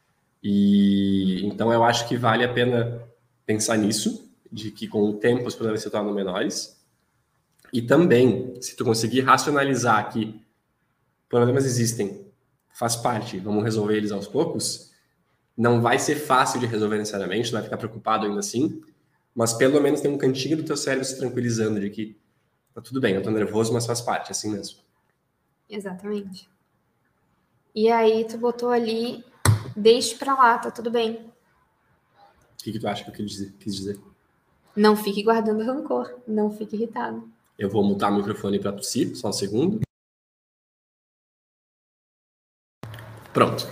E então eu acho que vale a pena pensar nisso, de que com o tempo os problemas se tornam menores. E também, se tu conseguir racionalizar que problemas existem, faz parte, vamos resolver eles aos poucos, não vai ser fácil de resolver necessariamente, tu vai ficar preocupado ainda assim, mas pelo menos tem um cantinho do teu cérebro se tranquilizando de que tá tudo bem, eu tô nervoso, mas faz parte, assim mesmo. Exatamente. E aí tu botou ali, deixe pra lá, tá tudo bem. O que tu acha que eu quis dizer? Não fique guardando rancor, não fique irritado. Eu vou mutar o microfone para tossir, só um segundo. Pronto.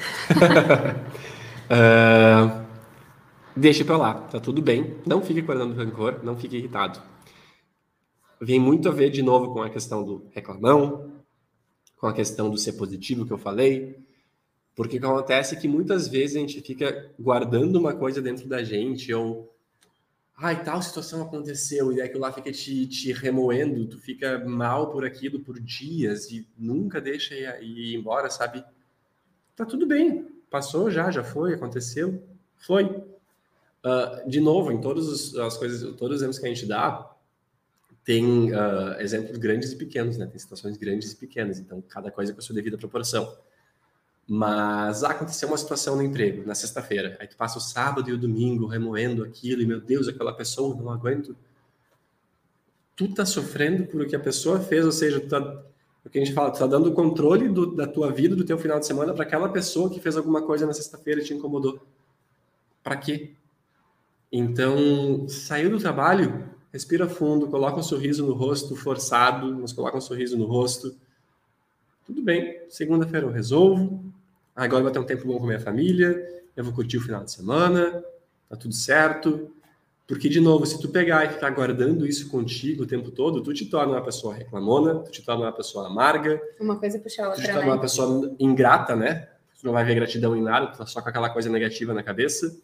Deixe pra lá, tá tudo bem. Não fique guardando rancor, não fique irritado. Vem muito a ver de novo com a questão do reclamão, com a questão do ser positivo que eu falei, porque o que acontece é que muitas vezes a gente fica guardando uma coisa dentro da gente, ou tal situação aconteceu, e aquilo lá fica te remoendo, tu fica mal por aquilo por dias e nunca deixa ir embora, sabe? Tá tudo bem, passou já foi, aconteceu, foi. De novo, em todas as coisas, todos os exemplos que a gente dá, tem exemplos grandes e pequenos, né? Tem situações grandes e pequenas, então cada coisa com a sua devida proporção. Mas aconteceu uma situação no emprego, na sexta-feira, aí tu passa o sábado e o domingo remoendo aquilo, e meu Deus, aquela pessoa, não aguento. Tu tá sofrendo por o que a pessoa fez, ou seja, o que a gente fala, tu tá dando o controle da tua vida, do teu final de semana para aquela pessoa que fez alguma coisa na sexta-feira e te incomodou. Para quê? Então, saiu do trabalho, respira fundo, coloca um sorriso no rosto, forçado, mas coloca um sorriso no rosto. Tudo bem, segunda-feira eu resolvo, agora vai ter um tempo bom com a minha família, eu vou curtir o final de semana, tá tudo certo. Porque, de novo, se tu pegar e ficar guardando isso contigo o tempo todo, tu te torna uma pessoa reclamona, tu te torna uma pessoa amarga. Uma coisa puxa a outra, tu te torna uma pessoa ingrata, né? Tu não vai ver gratidão em nada, tu tá só com aquela coisa negativa na cabeça.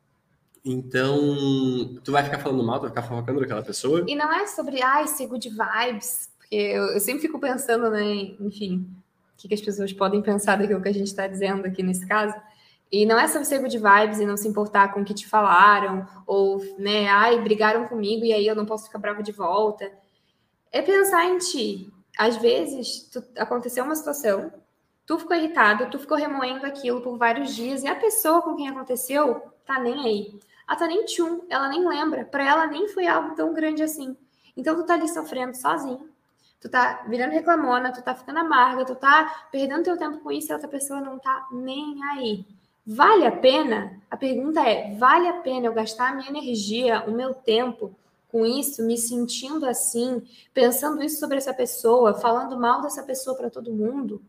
Então, tu vai ficar falando mal, tu vai ficar fofocando daquela pessoa. E não é sobre, ser good vibes, porque eu sempre fico pensando, né, enfim, o que as pessoas podem pensar daquilo que a gente está dizendo aqui nesse caso. E não é sobre ser good vibes e não se importar com o que te falaram, ou, né, brigaram comigo e aí eu não posso ficar brava de volta. É pensar em ti. Às vezes, aconteceu uma situação Tu ficou irritado, tu ficou remoendo aquilo por vários dias e a pessoa com quem aconteceu tá nem aí. Ela tá nem tchum, ela nem lembra. Pra ela nem foi algo tão grande assim. Então tu tá ali sofrendo sozinho. Tu tá virando reclamona, tu tá ficando amarga, tu tá perdendo teu tempo com isso e a outra pessoa não tá nem aí. Vale a pena? A pergunta é, vale a pena eu gastar a minha energia, o meu tempo com isso, me sentindo assim, pensando isso sobre essa pessoa, falando mal dessa pessoa para todo mundo?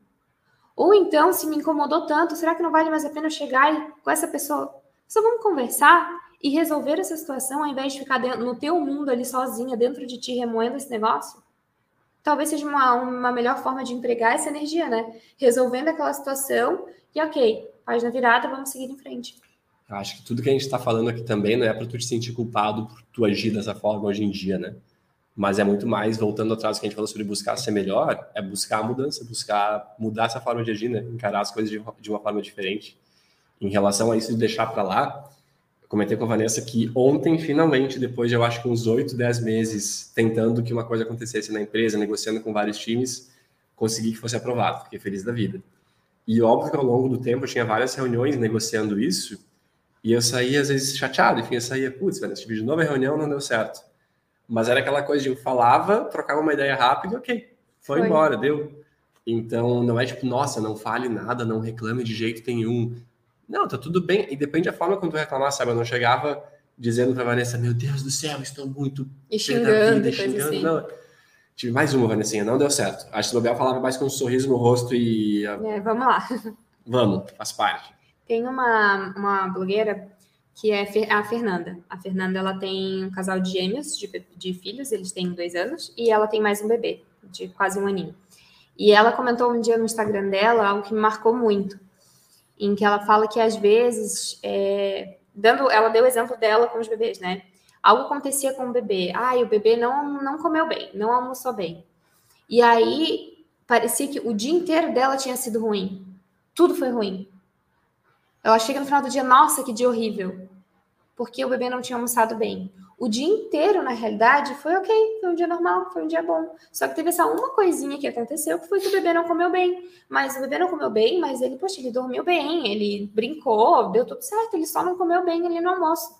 Ou então, se me incomodou tanto, será que não vale mais a pena eu chegar e com essa pessoa, só vamos conversar e resolver essa situação, ao invés de ficar no teu mundo ali sozinha, dentro de ti, remoendo esse negócio? Talvez seja uma melhor forma de empregar essa energia, né? Resolvendo aquela situação e ok, página virada, vamos seguir em frente. Acho que tudo que a gente está falando aqui também não é para tu te sentir culpado por tu agir dessa forma hoje em dia, né? Mas é muito mais, voltando atrás do que a gente falou sobre buscar ser melhor, é buscar a mudança, buscar mudar essa forma de agir, né? Encarar as coisas de uma forma diferente. Em relação a isso de deixar para lá, eu comentei com a Vanessa que ontem, finalmente, depois de eu acho que uns 8, 10 meses tentando que uma coisa acontecesse na empresa, negociando com vários times, consegui que fosse aprovado. Fiquei feliz da vida. E óbvio que ao longo do tempo eu tinha várias reuniões negociando isso, e eu saía às vezes chateado, enfim, eu saía, putz, velho, tive de novo a reunião, não deu certo. Mas era aquela coisa de eu falava, trocava uma ideia rápida, ok, foi embora, deu. Então não é tipo, nossa, não fale nada, não reclame de jeito nenhum. Não, tá tudo bem. E depende da forma como tu reclamar, sabe? Eu não chegava dizendo pra Vanessa, meu Deus do céu, estou muito e xingando, vida, xingando. Assim. Não. Tive mais uma, Vanessinha, não deu certo. Acho que o Bel falava mais com um sorriso no rosto e... vamos lá. Vamos, faz parte. Tem uma blogueira que é a Fernanda. A Fernanda, ela tem um casal de gêmeos, de filhos, eles têm 2 anos, e ela tem mais um bebê, de quase 1 aninho. E ela comentou um dia no Instagram dela algo que me marcou muito, em que ela fala que às vezes, ela deu o exemplo dela com os bebês, né? Algo acontecia com o bebê. O bebê não comeu bem, não almoçou bem. E aí, parecia que o dia inteiro dela tinha sido ruim. Tudo foi ruim. Ela chega no final do dia, nossa, que dia horrível. Porque o bebê não tinha almoçado bem. O dia inteiro, na realidade, foi ok. Foi um dia normal, foi um dia bom. Só que teve essa uma coisinha que aconteceu, que foi que o bebê não comeu bem. Mas o bebê não comeu bem, mas ele, poxa, ele dormiu bem, ele brincou, deu tudo certo. Ele só não comeu bem ali no almoço.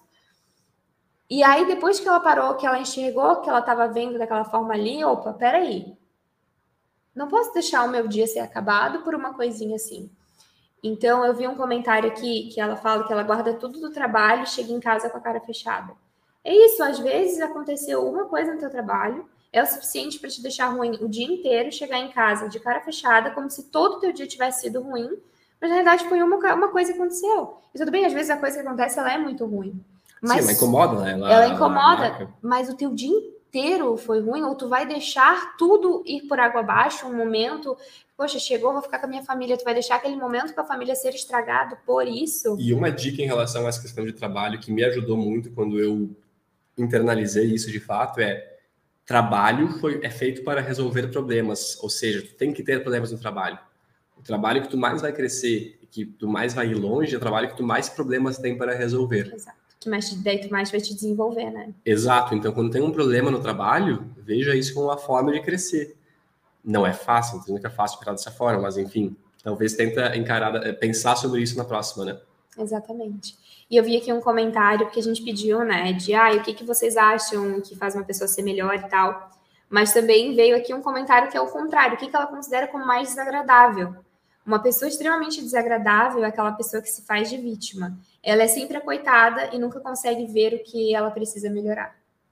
E aí, depois que ela parou, que ela enxergou, que ela estava vendo daquela forma ali, opa, peraí. Não posso deixar o meu dia ser acabado por uma coisinha assim. Então, eu vi um comentário aqui que ela fala que ela guarda tudo do trabalho e chega em casa com a cara fechada. É isso, às vezes aconteceu uma coisa no teu trabalho, é o suficiente para te deixar ruim o dia inteiro, chegar em casa de cara fechada, como se todo o teu dia tivesse sido ruim, mas na verdade foi uma coisa que aconteceu. E tudo bem, às vezes a coisa que acontece, ela é muito ruim. Mas sim, ela incomoda, né? Ela incomoda, mas o teu dia inteiro foi ruim, ou tu vai deixar tudo ir por água abaixo, um momento... Poxa, chegou, vou ficar com a minha família. Tu vai deixar aquele momento com a família ser estragado por isso? E uma dica em relação a essa questão de trabalho que me ajudou muito quando eu internalizei isso de fato trabalho é feito para resolver problemas. Ou seja, tu tem que ter problemas no trabalho. O trabalho que tu mais vai crescer, que tu mais vai ir longe, é o trabalho que tu mais problemas tem para resolver. Exato. Daí tu mais vai te desenvolver, né? Exato. Então, quando tem um problema no trabalho, veja isso como uma forma de crescer. Não é fácil, nunca é fácil pensar dessa forma, mas enfim, talvez tenta pensar sobre isso na próxima, né? Exatamente. E eu vi aqui um comentário que a gente pediu, né, de o que vocês acham que faz uma pessoa ser melhor e tal, mas também veio aqui um comentário que é o contrário, o que ela considera como mais desagradável. Uma pessoa extremamente desagradável é aquela pessoa que se faz de vítima. Ela é sempre a coitada e nunca consegue ver o que ela precisa melhorar.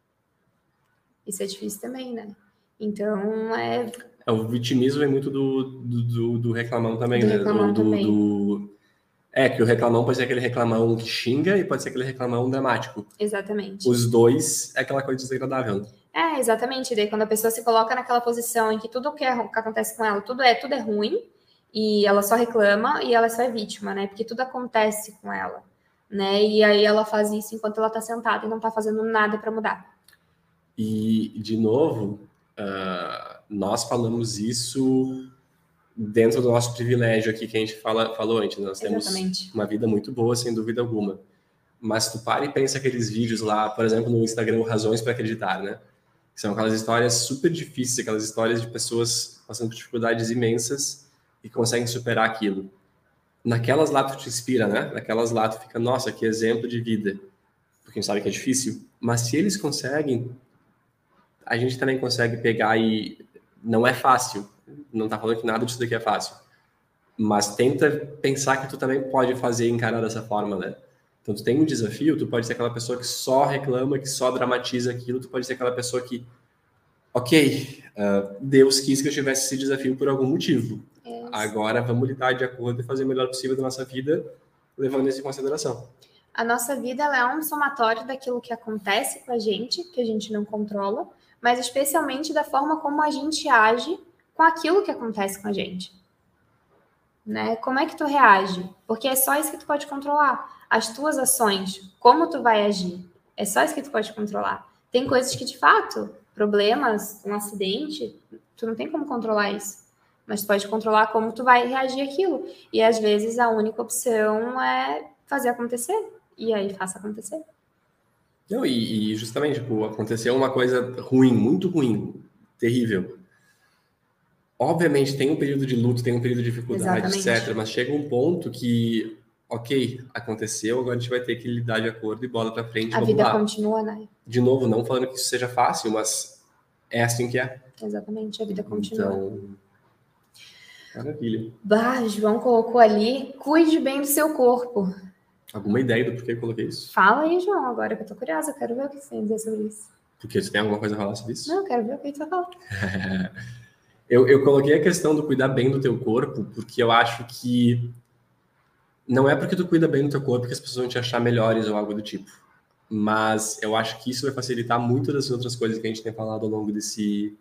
Isso é difícil também, né? Então, o vitimismo é muito do reclamão também, do né? Reclamão também. Que o reclamão pode ser aquele reclamão que xinga e pode ser aquele reclamão dramático. Exatamente. Os dois é aquela coisa desagradável. Exatamente. Daí quando a pessoa se coloca naquela posição em que tudo que acontece com ela, tudo é ruim, e ela só reclama e ela só é vítima, né? Porque tudo acontece com ela, né? E aí ela faz isso enquanto ela tá sentada e não tá fazendo nada para mudar. E, de novo, nós falamos isso dentro do nosso privilégio aqui que a gente falou antes. Nós temos uma vida muito boa, sem dúvida alguma. Mas tu para e pensa aqueles vídeos lá, por exemplo, no Instagram, Razões para Acreditar, né? Que são aquelas histórias super difíceis, aquelas histórias de pessoas passando por dificuldades imensas, e conseguem superar aquilo. Naquelas lá tu te inspira, né? Naquelas lá tu fica, nossa, que exemplo de vida. Porque a gente sabe que é difícil. Mas se eles conseguem, a gente também consegue pegar e... Não é fácil. Não tá falando que nada disso daqui é fácil. Mas tenta pensar que tu também pode fazer e encarar dessa forma, né? Então, tu tem um desafio, tu pode ser aquela pessoa que só reclama, que só dramatiza aquilo, tu pode ser aquela pessoa que, ok, Deus quis que eu tivesse esse desafio por algum motivo. Agora, vamos lidar de acordo e fazer o melhor possível da nossa vida, levando isso em consideração. A nossa vida ela é um somatório daquilo que acontece com a gente, que a gente não controla, mas especialmente da forma como a gente age com aquilo que acontece com a gente. Né? Como é que tu reage? Porque é só isso que tu pode controlar. As tuas ações, como tu vai agir, é só isso que tu pode controlar. Tem coisas que, de fato, problemas, um acidente, tu não tem como controlar isso. Mas tu pode controlar como tu vai reagir àquilo. E, às vezes, a única opção é fazer acontecer. E aí, faça acontecer. Não, e justamente, tipo, aconteceu uma coisa ruim, muito ruim, terrível. Obviamente, tem um período de luto, tem um período de dificuldade, Exatamente. etc. Mas chega um ponto que, ok, aconteceu, agora a gente vai ter que lidar de acordo e bola pra frente. A vamos vida lá. continua, né? De novo, não falando que isso seja fácil, mas é assim que é. Exatamente, a vida continua. Então, maravilha. Bah, João colocou ali, cuide bem do seu corpo. Alguma ideia do porquê eu coloquei isso? Fala aí, João, agora que eu tô curiosa, quero ver o que você tem a dizer sobre isso. Porque você tem alguma coisa a falar sobre isso? Não, quero ver o que você vai falar. Eu coloquei a questão do cuidar bem do teu corpo, porque eu acho que não é porque tu cuida bem do teu corpo que as pessoas vão te achar melhores ou algo do tipo. Mas eu acho que isso vai facilitar muito das outras coisas que a gente tem falado ao longo desse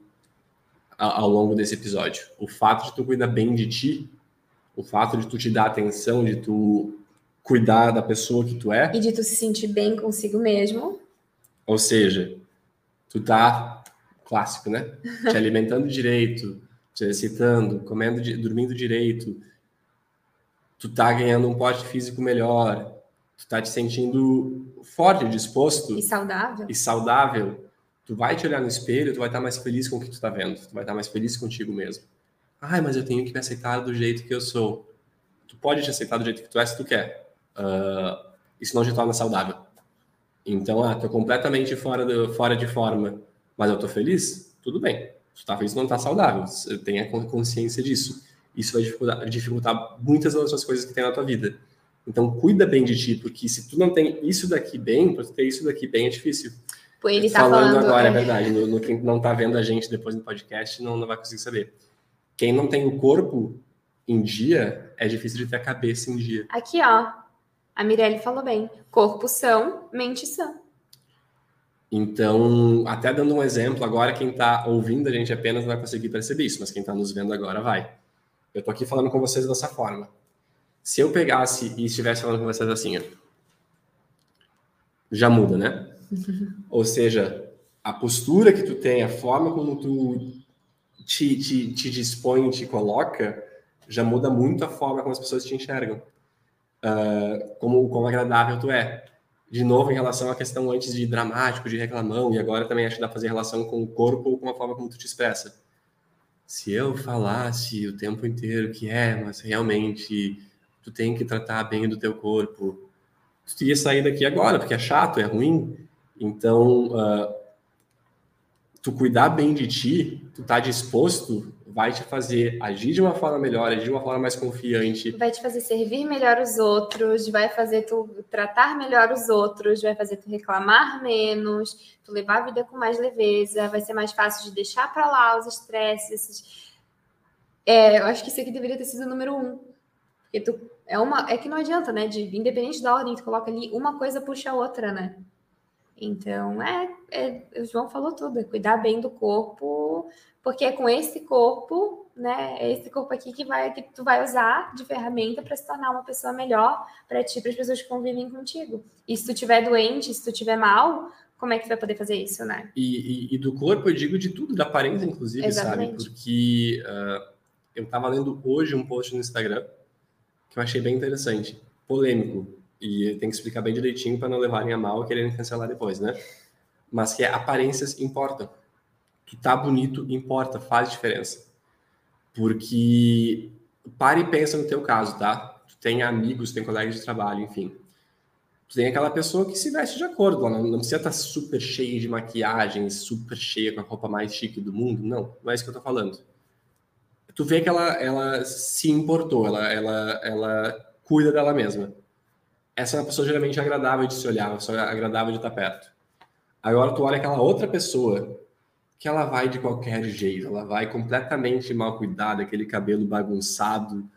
episódio. O fato de tu cuidar bem de ti, o fato de tu te dar atenção, de tu cuidar da pessoa que tu é. E de tu se sentir bem consigo mesmo. Ou seja, tu tá, clássico, né? Te alimentando direito, te exercitando, comendo, dormindo direito, tu tá ganhando um porte físico melhor, tu tá te sentindo forte, disposto E saudável, tu vai te olhar no espelho, tu vai estar mais feliz com o que tu tá vendo, tu vai estar mais feliz contigo mesmo. Ai, mas eu tenho que me aceitar do jeito que eu sou. Tu pode te aceitar do jeito que tu é se tu quer. Isso não te torna saudável. Então, tô completamente fora de forma, mas eu tô feliz? Tudo bem. Tu tá feliz, não tá saudável. Tenha consciência disso. Isso vai dificultar muitas outras coisas que tem na tua vida. Então, cuida bem de ti, porque se tu não tem isso daqui bem, pra tu ter isso daqui bem é difícil. Pô, ele tá falando agora, é verdade. No quem não tá vendo a gente depois no podcast, não vai conseguir saber. Quem não tem o corpo em dia, é difícil de ter a cabeça em dia. Aqui, ó. A Mirelle falou bem. Corpo são, mente sã. Então, até dando um exemplo, agora quem está ouvindo a gente apenas não vai conseguir perceber isso, mas quem está nos vendo agora vai. Eu tô aqui falando com vocês dessa forma. Se eu pegasse e estivesse falando com vocês assim, ó, já muda, né? Ou seja, a postura que tu tem, a forma como tu te dispõe, te coloca, já muda muito a forma como as pessoas te enxergam. Como agradável tu é. De novo, em relação à questão antes de dramático, de reclamão, e agora também acho que dá pra fazer relação com o corpo ou com a forma como tu te expressa. Se eu falasse o tempo inteiro que mas realmente tu tem que tratar bem do teu corpo, tu ia sair daqui agora, porque é chato, é ruim. Então, tu cuidar bem de ti, tu tá disposto, vai te fazer agir de uma forma melhor, agir de uma forma mais confiante. Vai te fazer servir melhor os outros, vai fazer tu tratar melhor os outros, vai fazer tu reclamar menos, tu levar a vida com mais leveza, vai ser mais fácil de deixar para lá os estresses. Eu acho que isso aqui deveria ter sido o número 1. Porque é que não adianta, né? Independente da ordem, tu coloca ali, uma coisa puxa a outra, né? Então, o João falou tudo, é cuidar bem do corpo, porque é com esse corpo, né? É esse corpo aqui que tu vai usar de ferramenta para se tornar uma pessoa melhor para ti, para as pessoas que convivem contigo. E se tu estiver doente, se tu estiver mal, como é que tu vai poder fazer isso, né? E do corpo, eu digo de tudo, da aparência, inclusive, Exatamente. sabe? Porque eu estava lendo hoje um post no Instagram que eu achei bem interessante, polêmico. E tem que explicar bem direitinho para não levarem a mal e quererem cancelar depois, né? Mas que aparências importam. Tu tá bonito importa, faz diferença. Porque Pare e pensa no teu caso, tá? Tu tem amigos, tem colegas de trabalho, enfim. Tu tem aquela pessoa que se veste de acordo, ela não precisa estar super cheia de maquiagem, super cheia com a roupa mais chique do mundo. Não é isso que eu tô falando. Tu vê que ela se importou, ela cuida dela mesma. Essa é uma pessoa geralmente agradável de se olhar, uma pessoa agradável de estar perto. Agora tu olha aquela outra pessoa que ela vai de qualquer jeito, ela vai completamente mal cuidada, aquele cabelo bagunçado,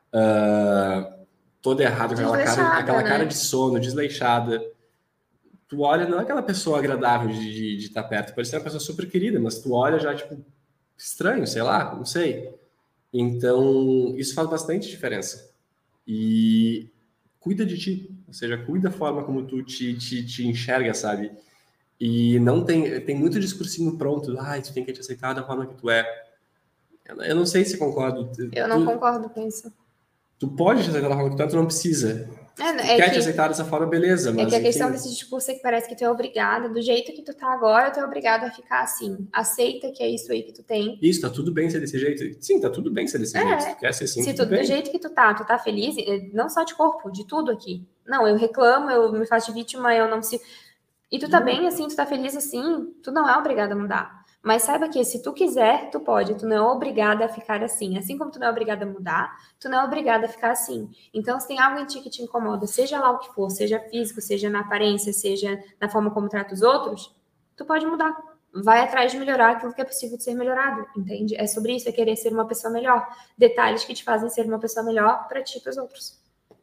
todo errado, aquela cara de sono, desleixada. Tu olha, não é aquela pessoa agradável de estar perto, pode ser uma pessoa super querida, mas tu olha já, tipo, estranho, sei lá, não sei. Então, isso faz bastante diferença. E cuida de ti, ou seja, cuida da forma como tu te enxerga, sabe? E não tem muito discursinho pronto, tu tem que te aceitar da forma que tu é. Eu não sei se concordo. Eu não concordo com isso. Tu pode te aceitar da forma que tu é, tu não precisa. Quer te aceitar dessa forma, beleza. Mas, é que a questão desse discurso é que parece que tu é obrigada, do jeito que tu tá agora, tu é obrigada a ficar assim. Aceita que é isso aí que tu tem. Isso, tá tudo bem ser desse jeito. Sim, tá tudo bem ser desse jeito. Se tu quer ser assim, se tudo bem. Do jeito que tu tá feliz, não só de corpo, de tudo aqui. Não, eu reclamo, eu me faço de vítima, eu não se... E tu tá bem assim, tu tá feliz assim, tu não é obrigada a mudar. Mas saiba que se tu quiser, tu pode. Tu não é obrigada a ficar assim. Assim como tu não é obrigada a mudar, tu não é obrigada a ficar assim. Então, se tem algo em ti que te incomoda, seja lá o que for, seja físico, seja na aparência, seja na forma como trata os outros, tu pode mudar. Vai atrás de melhorar aquilo que é possível de ser melhorado, entende? É sobre isso, é querer ser uma pessoa melhor. Detalhes que te fazem ser uma pessoa melhor para ti e para os outros.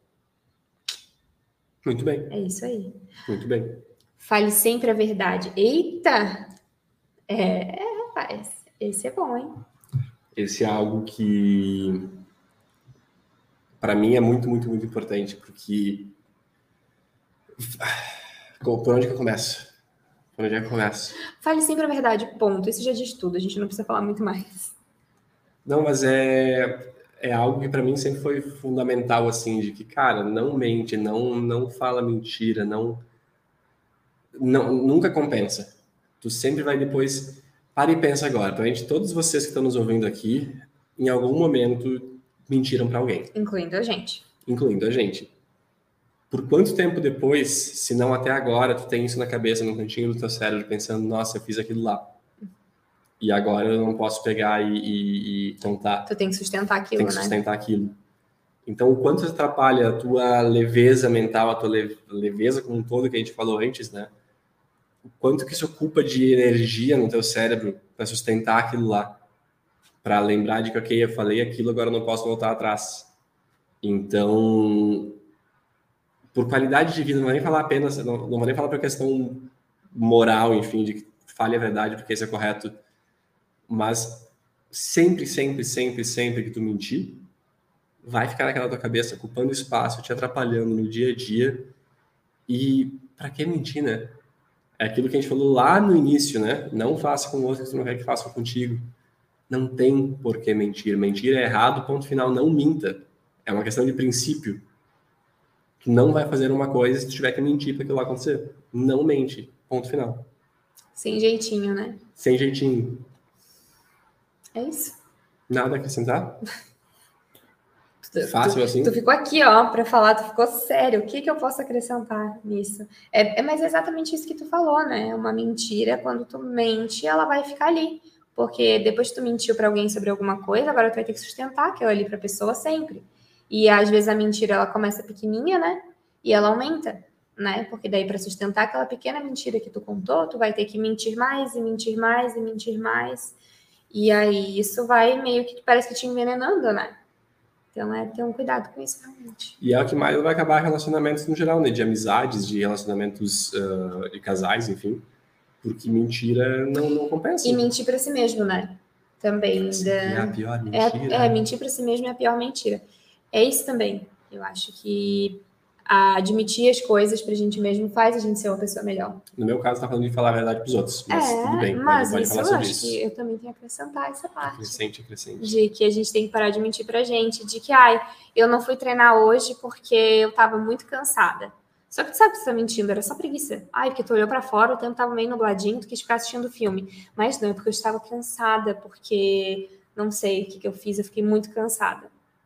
Muito bem. É isso aí. Muito bem. Fale sempre a verdade. Eita! Rapaz, esse é bom, hein? Esse é algo que para mim é muito, muito, muito importante, porque por onde que eu começo? Por onde é que eu começo? Fale sempre a verdade, ponto. Isso já diz tudo, a gente não precisa falar muito mais. Não, mas é algo que para mim sempre foi fundamental, assim, de que, cara, não mente, não fala mentira, nunca compensa. Tu sempre vai depois... Para e pensa agora. Pra gente, todos vocês que estão nos ouvindo aqui, em algum momento mentiram para alguém. Incluindo a gente. Incluindo a gente. Por quanto tempo depois, se não até agora, tu tem isso na cabeça, no cantinho do teu cérebro, pensando, nossa, eu fiz aquilo lá. E agora eu não posso pegar e contar. Tu tem que sustentar aquilo, Tem que sustentar aquilo. Então, o quanto atrapalha a tua leveza mental, a tua leveza como um todo que a gente falou antes, né? O quanto que isso ocupa de energia no teu cérebro para sustentar aquilo lá. Para lembrar de que, ok, eu falei aquilo, agora eu não posso voltar atrás. Então, por qualidade de vida, não vou nem falar apenas, não vou nem falar por questão moral, enfim, de que fale a verdade porque isso é correto, mas sempre que tu mentir, vai ficar naquela tua cabeça, ocupando espaço, te atrapalhando no dia a dia. E para que mentir, né? É aquilo que a gente falou lá no início, né? Não faça com o outro que tu não quer que faça contigo. Não tem por que mentir. Mentir é errado, ponto final. Não minta. É uma questão de princípio. Tu não vai fazer uma coisa se tu tiver que mentir para aquilo lá acontecer. Não mente. Ponto final. Sem jeitinho, né? Sem jeitinho. É isso. Nada a acrescentar? Fácil assim? Tu ficou aqui, ó, para falar, tu ficou sério. O que eu posso acrescentar nisso? Mas é exatamente isso que tu falou, né? Uma mentira, quando tu mente, ela vai ficar ali. Porque depois que tu mentiu para alguém sobre alguma coisa, agora tu vai ter que sustentar aquilo ali para a pessoa sempre. E às vezes a mentira, ela começa pequenininha, né? E ela aumenta, né? Porque daí para sustentar aquela pequena mentira que tu contou, tu vai ter que mentir mais e mentir mais e mentir mais. E aí isso vai meio que parece que te envenenando, né? Então, ter um cuidado com isso, realmente. E é o que mais vai acabar relacionamentos no geral, né? De amizades, de relacionamentos de casais, enfim. Porque mentira não compensa. E mentir para si mesmo, né? Também. É a pior mentira. Mentir para si mesmo é a pior mentira. É isso também. Eu acho que admitir as coisas pra gente mesmo faz a gente ser uma pessoa melhor. No meu caso, tá falando de falar a verdade pros outros. Mas tudo bem, mas pode isso falar eu sobre acho isso. que eu também tenho que acrescentar essa parte. Acrescente. De que a gente tem que parar de mentir pra gente. De que, eu não fui treinar hoje porque eu tava muito cansada. Só que tu sabe que você tá mentindo, era só preguiça. Porque tu olhou pra fora, o tempo tava meio nubladinho, tu quis ficar assistindo o filme. Mas não, é porque eu estava cansada, porque não sei o que eu fiz, eu fiquei muito cansada.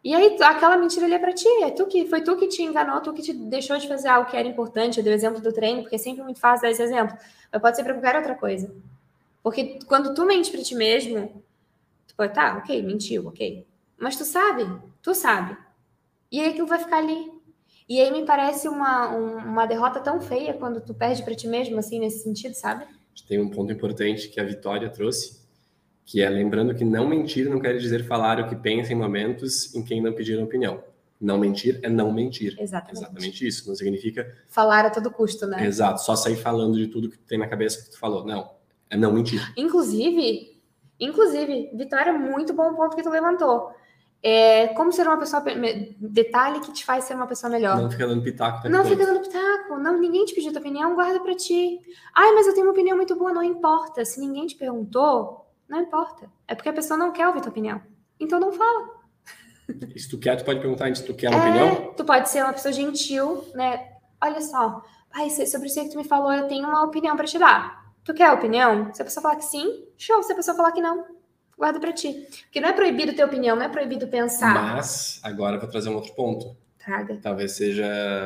E aí, aquela mentira ali é pra ti. Foi tu que te enganou, tu que te deixou de fazer algo que era importante. Eu dei o exemplo do treino, porque é sempre muito fácil dar esse exemplo. Mas pode ser pra qualquer outra coisa. Porque quando tu mente pra ti mesmo, tu pode, tá, ok, mentiu, ok. Mas tu sabe. E aí aquilo vai ficar ali. E aí me parece uma derrota tão feia quando tu perde pra ti mesmo, assim, nesse sentido, sabe? Tem um ponto importante que a Vitória trouxe, que é lembrando que não mentir não quer dizer falar o que pensa em momentos em quem não pediram opinião. Não mentir é não mentir. Exatamente isso. Não significa... falar a todo custo, né? Exato. Só sair falando de tudo que tu tem na cabeça que tu falou. Não. É não mentir. Inclusive, Vitória, muito bom ponto que tu levantou. Como ser uma pessoa... Detalhe que te faz ser uma pessoa melhor. Não fica dando pitaco. Não fica dando pitaco. Não, ninguém te pediu tua opinião, guarda pra ti. Ai, mas eu tenho uma opinião muito boa. Não importa. Se ninguém te perguntou, não importa. É porque a pessoa não quer ouvir tua opinião. Então não fala. Se tu quer, tu pode perguntar antes. Tu quer uma opinião? Tu pode ser uma pessoa gentil, né? Olha só. Ai, sobre isso aí que tu me falou, eu tenho uma opinião pra te dar. Tu quer a opinião? Se a pessoa falar que sim, show. Se a pessoa falar que não, guarda pra ti. Porque não é proibido ter opinião, não é proibido pensar. Mas, agora eu vou trazer um outro ponto. Traga. Talvez seja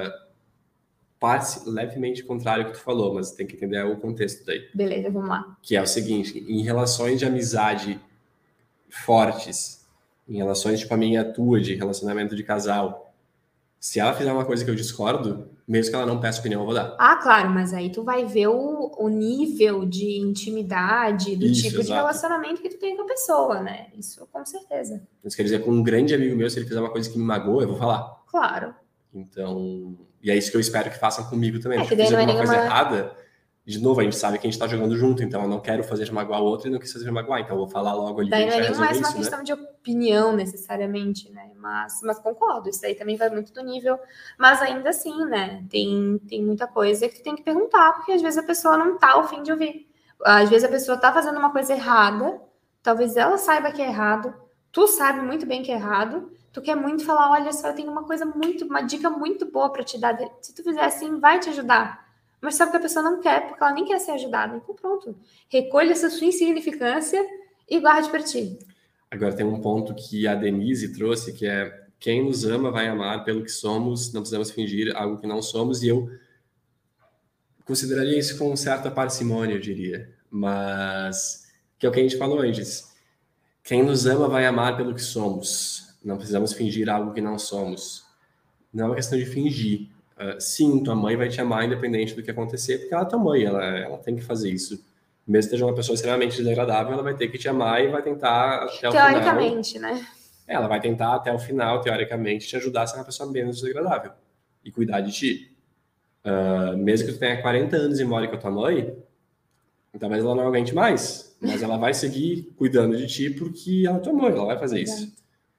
levemente contrário ao que tu falou, mas tem que entender o contexto daí. Beleza, vamos lá. Que é o seguinte, em relações de amizade fortes, em relações tipo a minha e a tua, de relacionamento de casal, se ela fizer uma coisa que eu discordo, mesmo que ela não peça opinião, eu vou dar. Ah, claro, mas aí tu vai ver o nível de intimidade, do Isso, tipo de exato. relacionamento que tu tem com a pessoa, né? Isso com certeza. Isso quer dizer, com um grande amigo meu, se ele fizer uma coisa que me magoa, eu vou falar. Claro. Então, e é isso que eu espero que façam comigo também. Se que eu fizer alguma coisa errada, de novo, a gente sabe que a gente tá jogando junto, então eu não quero fazer magoar o outro e não quis fazer magoar, então eu vou falar logo ali. Daí não é nem mais uma isso, questão né? de opinião, necessariamente, né? Mas concordo, isso aí também vai muito do nível. Mas ainda assim, né? Tem muita coisa que tu tem que perguntar, porque às vezes a pessoa não tá ao fim de ouvir. Às vezes a pessoa tá fazendo uma coisa errada, talvez ela saiba que é errado, tu sabe muito bem que é errado, tu quer muito falar, olha só, eu tenho uma dica muito boa para te dar. Se tu fizer assim, vai te ajudar. Mas sabe que a pessoa não quer, porque ela nem quer ser ajudada. Então pronto, recolha essa sua insignificância e guarde para ti. Agora tem um ponto que a Denise trouxe, que é quem nos ama vai amar pelo que somos, não precisamos fingir algo que não somos, e eu consideraria isso com certa parcimônia, eu diria. Mas, que é o que a gente falou antes. Quem nos ama vai amar pelo que somos. Não precisamos fingir algo que não somos. Não é uma questão de fingir. Sim, tua mãe vai te amar independente do que acontecer, porque ela é tua mãe, ela tem que fazer isso. Mesmo que seja uma pessoa extremamente desagradável, ela vai ter que te amar e vai tentar até o final... Teoricamente, né? Ela vai tentar até o final, teoricamente, te ajudar a ser uma pessoa menos desagradável e cuidar de ti. Mesmo que tu tenha 40 anos e more com a tua mãe, talvez ela não aguente mais, mas ela vai seguir cuidando de ti porque ela é tua mãe, ela vai fazer isso.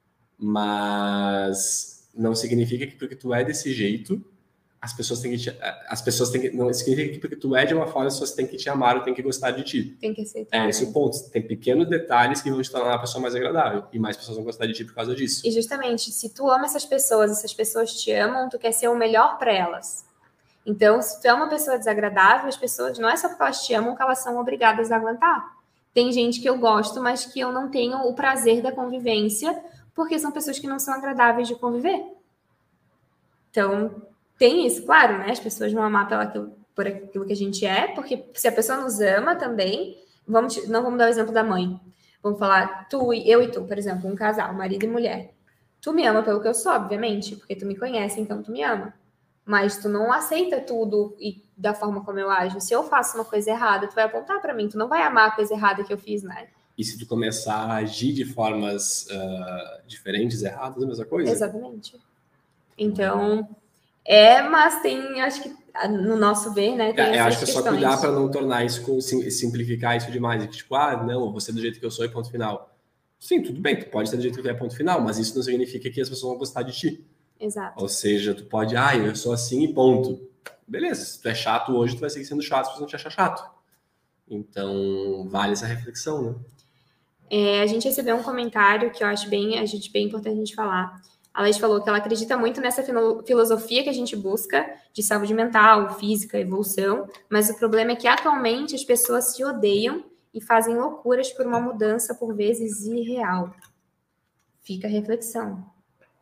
Mas não significa que porque tu é desse jeito, as pessoas têm que não significa que porque tu é de uma forma, as pessoas têm que te amar ou têm que gostar de ti. Tem que aceitar. Esse é o ponto. Tem pequenos detalhes que vão te tornar uma pessoa mais agradável e mais pessoas vão gostar de ti por causa disso. E justamente, se tu ama essas pessoas te amam, tu quer ser o melhor para elas. Então, se tu é uma pessoa desagradável, as pessoas, não é só porque elas te amam que elas são obrigadas a aguentar. Tem gente que eu gosto, mas que eu não tenho o prazer da convivência, porque são pessoas que não são agradáveis de conviver. Então, tem isso, claro, né? As pessoas vão amar por aquilo que a gente é, porque se a pessoa nos ama também, não vamos dar o exemplo da mãe. Vamos falar, eu e tu, por exemplo, um casal, marido e mulher. Tu me ama pelo que eu sou, obviamente, porque tu me conhece, então tu me ama. Mas tu não aceita tudo e da forma como eu ajo. Se eu faço uma coisa errada, tu vai apontar para mim, tu não vai amar a coisa errada que eu fiz, né? E se tu começar a agir de formas diferentes, erradas, a mesma coisa? Exatamente. Então, mas tem, acho que, no nosso ver, né, tem essas acho que é questões. só cuidar para não tornar isso, simplificar isso demais. E tipo, não, você do jeito que eu sou e ponto final. Sim, tudo bem, tu pode ser do jeito que tu é, ponto final, mas isso não significa que as pessoas vão gostar de ti. Exato. Ou seja, tu pode, eu sou assim e ponto. Beleza, se tu é chato hoje, tu vai seguir sendo chato, se tu não te achar chato. Então, vale essa reflexão, né? A gente recebeu um comentário que eu acho bem importante a gente falar. A Laís falou que ela acredita muito nessa filosofia que a gente busca de saúde mental, física, evolução, mas o problema é que atualmente as pessoas se odeiam e fazem loucuras por uma mudança por vezes irreal. Fica a reflexão.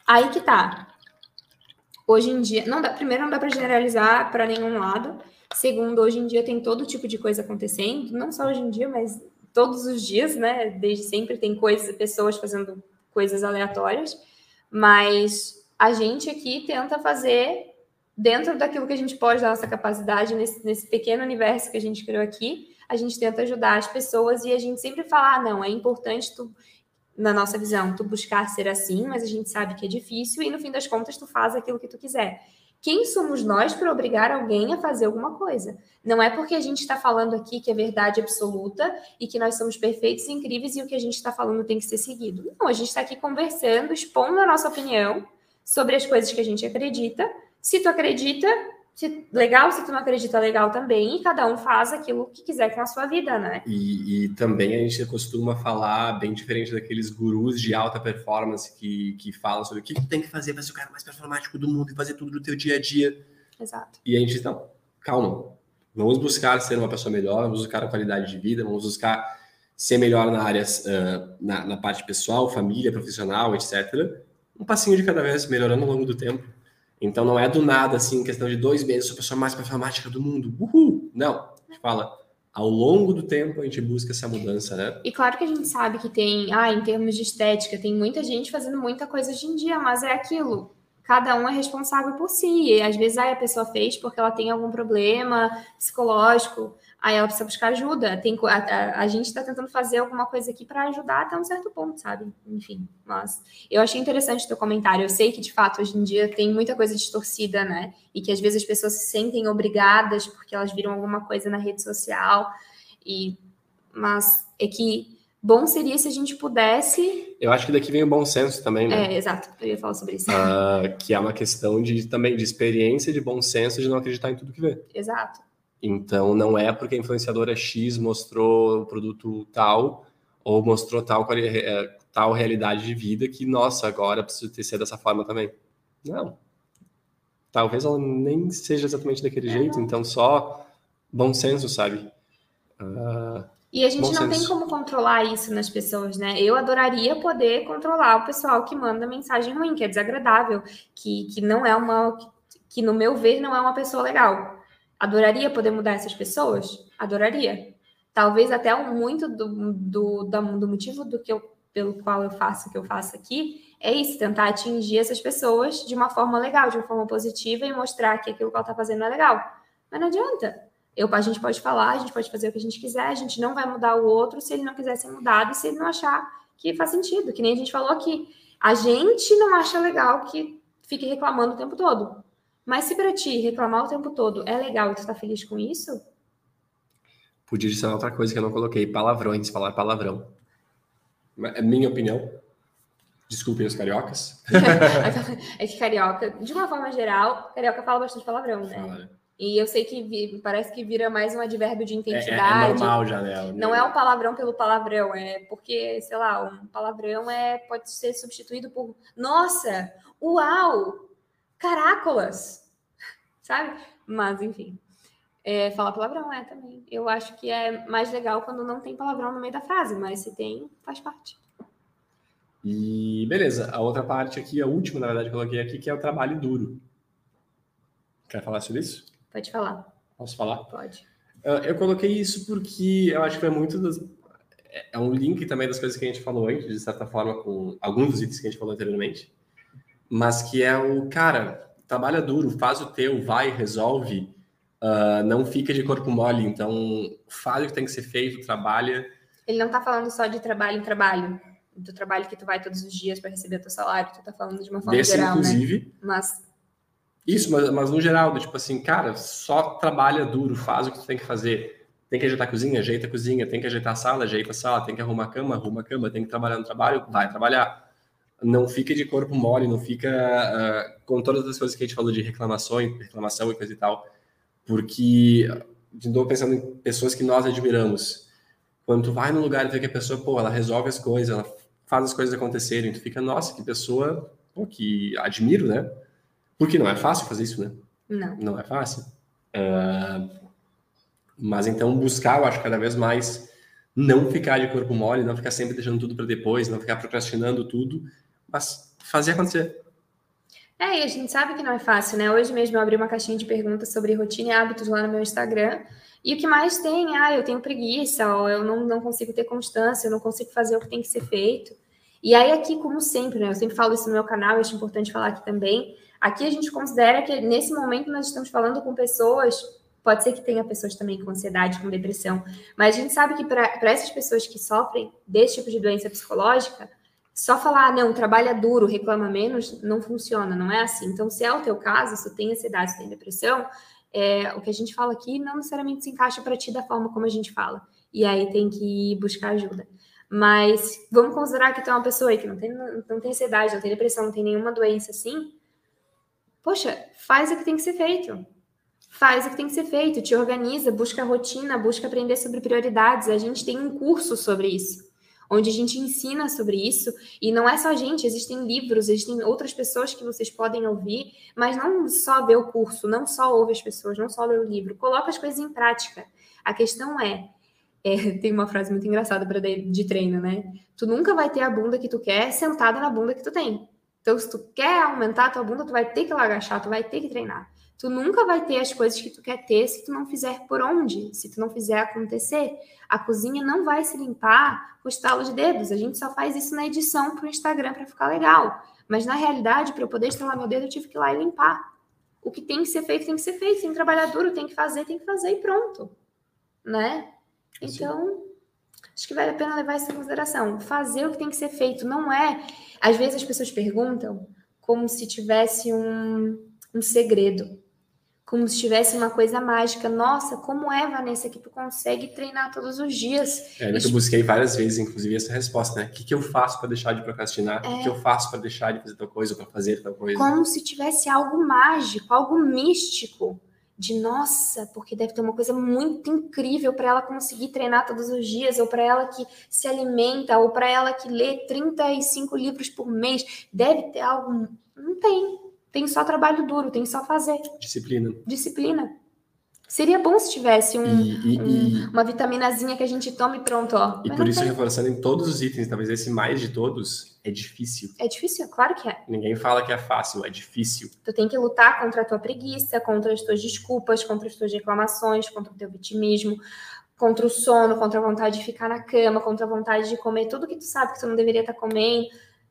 Aí que tá. Hoje em dia, primeiro não dá para generalizar para nenhum lado. Segundo, hoje em dia tem todo tipo de coisa acontecendo, não só hoje em dia, mas todos os dias, né? Desde sempre tem coisas, pessoas fazendo coisas aleatórias. Mas a gente aqui tenta fazer dentro daquilo que a gente pode, da nossa capacidade, nesse pequeno universo que a gente criou aqui, a gente tenta ajudar as pessoas e a gente sempre fala, não, é importante tu, na nossa visão, tu buscar ser assim, mas a gente sabe que é difícil e no fim das contas tu faz aquilo que tu quiser. Quem somos nós para obrigar alguém a fazer alguma coisa? Não é porque a gente está falando aqui que é verdade absoluta e que nós somos perfeitos e incríveis e o que a gente está falando tem que ser seguido. Não, a gente está aqui conversando, expondo a nossa opinião sobre as coisas que a gente acredita. Se tu acredita, legal, se tu não acredita, legal também, e cada um faz aquilo que quiser com a sua vida, né? E também a gente costuma falar bem diferente daqueles gurus de alta performance que falam sobre o que tu tem que fazer para ser o cara mais performático do mundo e fazer tudo no teu dia a dia. Exato. E a gente, não, calma, vamos buscar ser uma pessoa melhor, vamos buscar a qualidade de vida, vamos buscar ser melhor na área, na parte pessoal, família, profissional, etc. Um passinho de cada vez, melhorando ao longo do tempo. Então não é do nada, assim, em questão de 2 meses, sou a pessoa mais performática do mundo. Uhul! Não, a gente fala, ao longo do tempo a gente busca essa mudança, né? E claro que a gente sabe que tem, em termos de estética, tem muita gente fazendo muita coisa hoje em dia, mas é aquilo, cada um é responsável por si. E às vezes a pessoa fez porque ela tem algum problema psicológico, aí ela precisa buscar ajuda. A gente está tentando fazer alguma coisa aqui para ajudar até um certo ponto, sabe? Enfim, mas eu achei interessante o teu comentário. Eu sei que, de fato, hoje em dia tem muita coisa distorcida, né? E que às vezes as pessoas se sentem obrigadas porque elas viram alguma coisa na rede social. Mas é que bom seria se a gente pudesse... Eu acho que daqui vem o bom senso também, né? Exato. Eu ia falar sobre isso. Que é uma questão também de experiência, de bom senso, de não acreditar em tudo que vê. Exato. Então, não é porque a influenciadora X mostrou o produto tal, ou mostrou tal realidade de vida que, nossa, agora preciso ser dessa forma também. Não. Talvez ela nem seja exatamente daquele jeito, então só bom senso, sabe? E a gente não tem como controlar isso nas pessoas, né? Eu adoraria poder controlar o pessoal que manda mensagem ruim, que é desagradável, que não é que no meu ver não é uma pessoa legal. Adoraria poder mudar essas pessoas? Adoraria. Talvez até muito do motivo pelo qual eu faço o que eu faço aqui é isso, tentar atingir essas pessoas de uma forma legal, de uma forma positiva e mostrar que aquilo que ela está fazendo é legal. Mas não adianta. A gente pode falar, a gente pode fazer o que a gente quiser, a gente não vai mudar o outro se ele não quiser ser mudado e se ele não achar que faz sentido. Que nem a gente falou aqui. A gente não acha legal que fique reclamando o tempo todo. Mas se para ti reclamar o tempo todo é legal e tu tá feliz com isso? Podia adicionar outra coisa que eu não coloquei. Palavrões, falar palavrão. É minha opinião. Desculpem os cariocas. É que carioca, de uma forma geral, carioca fala bastante palavrão, né? Fala. E eu sei que parece que vira mais um advérbio de intensidade. É normal já, né? Não é um palavrão pelo palavrão, é porque, sei lá, um palavrão pode ser substituído por nossa, uau, caracolas, sabe? Mas, enfim, falar palavrão também. Eu acho que é mais legal quando não tem palavrão no meio da frase, mas se tem, faz parte. E beleza, a outra parte aqui, a última, na verdade, que eu coloquei aqui, que é o trabalho duro. Quer falar sobre isso? Pode falar. Posso falar? Pode. Eu coloquei isso porque eu acho que é um link também das coisas que a gente falou antes, de certa forma, com alguns dos itens que a gente falou anteriormente, mas que é cara, trabalha duro, faz o teu, vai, resolve, não fica de corpo mole, então faz o que tem que ser feito, trabalha. Ele não tá falando só de trabalho em trabalho, do trabalho que tu vai todos os dias para receber o teu salário, tu tá falando de uma forma geral, inclusive, né? Isso, mas no geral, tipo assim, cara, só trabalha duro, faz o que tu tem que fazer. Tem que ajeitar a cozinha, ajeita a cozinha. Tem que ajeitar a sala, ajeita a sala. Tem que arruma a cama. Tem que trabalhar no trabalho, vai trabalhar. Não fica de corpo mole, não fica com todas as coisas que a gente falou de reclamação e coisa e tal. Porque, de novo, pensando em pessoas que nós admiramos. Quando tu vai num lugar e vê que a pessoa, ela resolve as coisas, ela faz as coisas acontecerem, tu fica, nossa, que pessoa, que admiro, né? Porque não é fácil fazer isso, né? Não é fácil. Mas então buscar, eu acho, cada vez mais não ficar de corpo mole, não ficar sempre deixando tudo para depois, não ficar procrastinando tudo, mas fazer acontecer. E a gente sabe que não é fácil, né? Hoje mesmo eu abri uma caixinha de perguntas sobre rotina e hábitos lá no meu Instagram. E o que mais tem? Eu tenho preguiça, ou eu não consigo ter constância, eu não consigo fazer o que tem que ser feito. E aí aqui, como sempre, né? Eu sempre falo isso no meu canal, eu acho importante falar aqui também. Aqui a gente considera que nesse momento nós estamos falando com pessoas, pode ser que tenha pessoas também com ansiedade, com depressão, mas a gente sabe que para essas pessoas que sofrem desse tipo de doença psicológica, só falar, não, trabalha duro, reclama menos, não funciona, não é assim. Então, se é o teu caso, se tu tem ansiedade, se tem depressão, o que a gente fala aqui não necessariamente se encaixa para ti da forma como a gente fala. E aí tem que buscar ajuda. Mas vamos considerar que tu é uma pessoa aí que não tem ansiedade, não tem depressão, não tem nenhuma doença assim. Poxa, faz o que tem que ser feito. Faz o que tem que ser feito, te organiza, busca rotina, busca aprender sobre prioridades. A gente tem um curso sobre isso, onde a gente ensina sobre isso, e não é só a gente, existem livros, existem outras pessoas que vocês podem ouvir, mas não só ver o curso, não só ouve as pessoas, não só ler o livro, coloca as coisas em prática. A questão tem uma frase muito engraçada de treino, né? Tu nunca vai ter a bunda que tu quer sentada na bunda que tu tem. Então, se tu quer aumentar a tua bunda, tu vai ter que agachar, tu vai ter que treinar. Tu nunca vai ter as coisas que tu quer ter se tu não fizer por onde, se tu não fizer acontecer. A cozinha não vai se limpar com estalo de dedos. A gente só faz isso na edição pro Instagram para ficar legal. Mas na realidade, para eu poder estalar meu dedo, eu tive que ir lá e limpar. O que tem que ser feito, tem que ser feito. Tem que trabalhar duro, tem que fazer e pronto. Né? Então, acho que vale a pena levar isso em consideração. Fazer o que tem que ser feito. Não é... Às vezes as pessoas perguntam como se tivesse um segredo. Como se tivesse uma coisa mágica. Nossa, como é, Vanessa, que tu consegue treinar todos os dias? Eu busquei várias vezes, inclusive, essa resposta, né? O que eu faço para deixar de procrastinar? O que eu faço para deixar de fazer tal coisa ou para fazer tal coisa? Como se tivesse algo mágico, algo místico. De nossa, porque deve ter uma coisa muito incrível para ela conseguir treinar todos os dias, ou para ela que se alimenta, ou para ela que lê 35 livros por mês. Deve ter algo. Não tem. Tem só trabalho duro, tem só fazer. Disciplina. Seria bom se tivesse uma vitaminazinha que a gente toma e pronto, ó. E por isso, reforçando em todos os itens, talvez esse mais de todos, é difícil. É difícil? Claro que é. Ninguém fala que é fácil, é difícil. Tu tem que lutar contra a tua preguiça, contra as tuas desculpas, contra as tuas reclamações, contra o teu vitimismo, contra o sono, contra a vontade de ficar na cama, contra a vontade de comer tudo que tu sabe que tu não deveria estar comendo.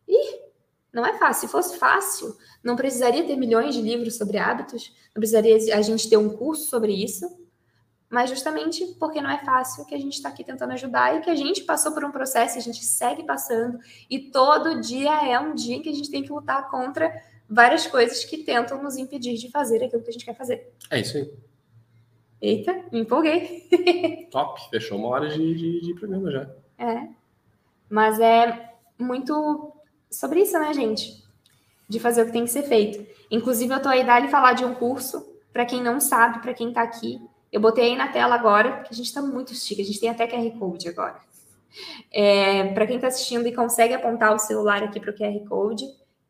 Não é fácil. Se fosse fácil, não precisaria ter milhões de livros sobre hábitos, não precisaria a gente ter um curso sobre isso, mas justamente porque não é fácil que a gente está aqui tentando ajudar e que a gente passou por um processo, a gente segue passando, e todo dia é um dia em que a gente tem que lutar contra várias coisas que tentam nos impedir de fazer aquilo que a gente quer fazer. É isso aí. Eita, me empolguei. Top, fechou uma hora de programa já. Mas é muito sobre isso, né, gente? De fazer o que tem que ser feito. Inclusive, eu tô aí dali falar de um curso, para quem não sabe, para quem tá aqui. Eu botei aí na tela agora, que a gente tá muito chique, a gente tem até QR Code agora. Para quem tá assistindo e consegue apontar o celular aqui pro QR Code,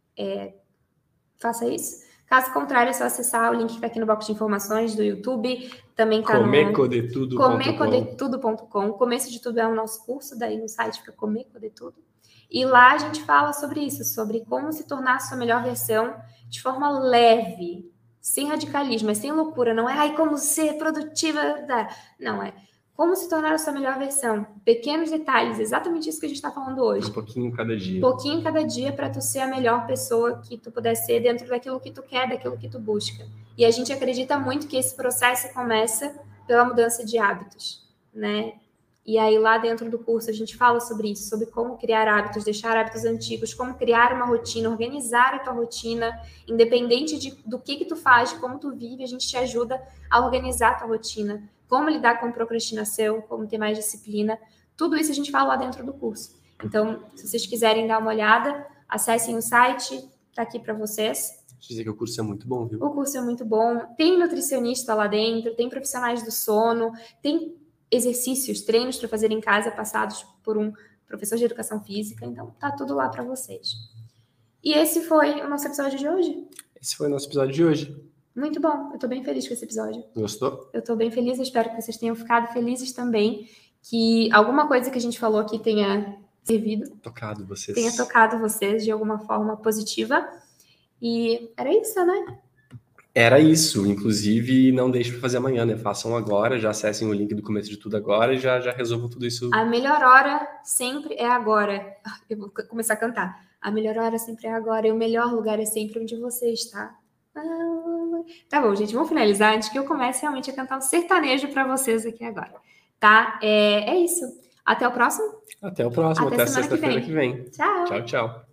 faça isso. Caso contrário, é só acessar o link que tá aqui no box de informações do YouTube. Também tá comecodetudo.com. O começo de tudo é o nosso curso, daí no site fica Comecodetudo. E lá a gente fala sobre isso, sobre como se tornar a sua melhor versão de forma leve, sem radicalismo, mas sem loucura. Não é como ser produtiva. Não, é como se tornar a sua melhor versão. Pequenos detalhes, exatamente isso que a gente está falando hoje. Um pouquinho cada dia. Um pouquinho cada dia para tu ser a melhor pessoa que tu puder ser dentro daquilo que tu quer, daquilo que tu busca. E a gente acredita muito que esse processo começa pela mudança de hábitos, né? E aí, lá dentro do curso, a gente fala sobre isso, sobre como criar hábitos, deixar hábitos antigos, como criar uma rotina, organizar a tua rotina, independente do que tu faz, de como tu vive, a gente te ajuda a organizar a tua rotina, como lidar com procrastinação, como ter mais disciplina. Tudo isso a gente fala lá dentro do curso. Então, se vocês quiserem dar uma olhada, acessem o site, tá aqui para vocês. Dizer que o curso é muito bom, viu? O curso é muito bom. Tem nutricionista lá dentro, tem profissionais do sono, tem exercícios, treinos para fazer em casa passados por um professor de educação física. Então, tá tudo lá para vocês. E esse foi o nosso episódio de hoje. Esse foi o nosso episódio de hoje. Muito bom. Eu tô bem feliz com esse episódio. Gostou? Eu tô bem feliz. Eu espero que vocês tenham ficado felizes também. Que alguma coisa que a gente falou aqui tenha servido. Tocado vocês. Tenha tocado vocês de alguma forma positiva. E era isso, né? Era isso. Inclusive, não deixe para fazer amanhã, né? Façam agora, já acessem o link do começo de tudo agora e já resolvam tudo isso. A melhor hora sempre é agora. Eu vou começar a cantar. A melhor hora sempre é agora e o melhor lugar é sempre onde você está. Tá bom, gente, vamos finalizar antes que eu comece realmente a cantar um sertanejo para vocês aqui agora. Tá? É isso. Até o próximo. Até o próximo, Até até semana que sexta-feira vem. que vem. Tchau. Tchau, tchau.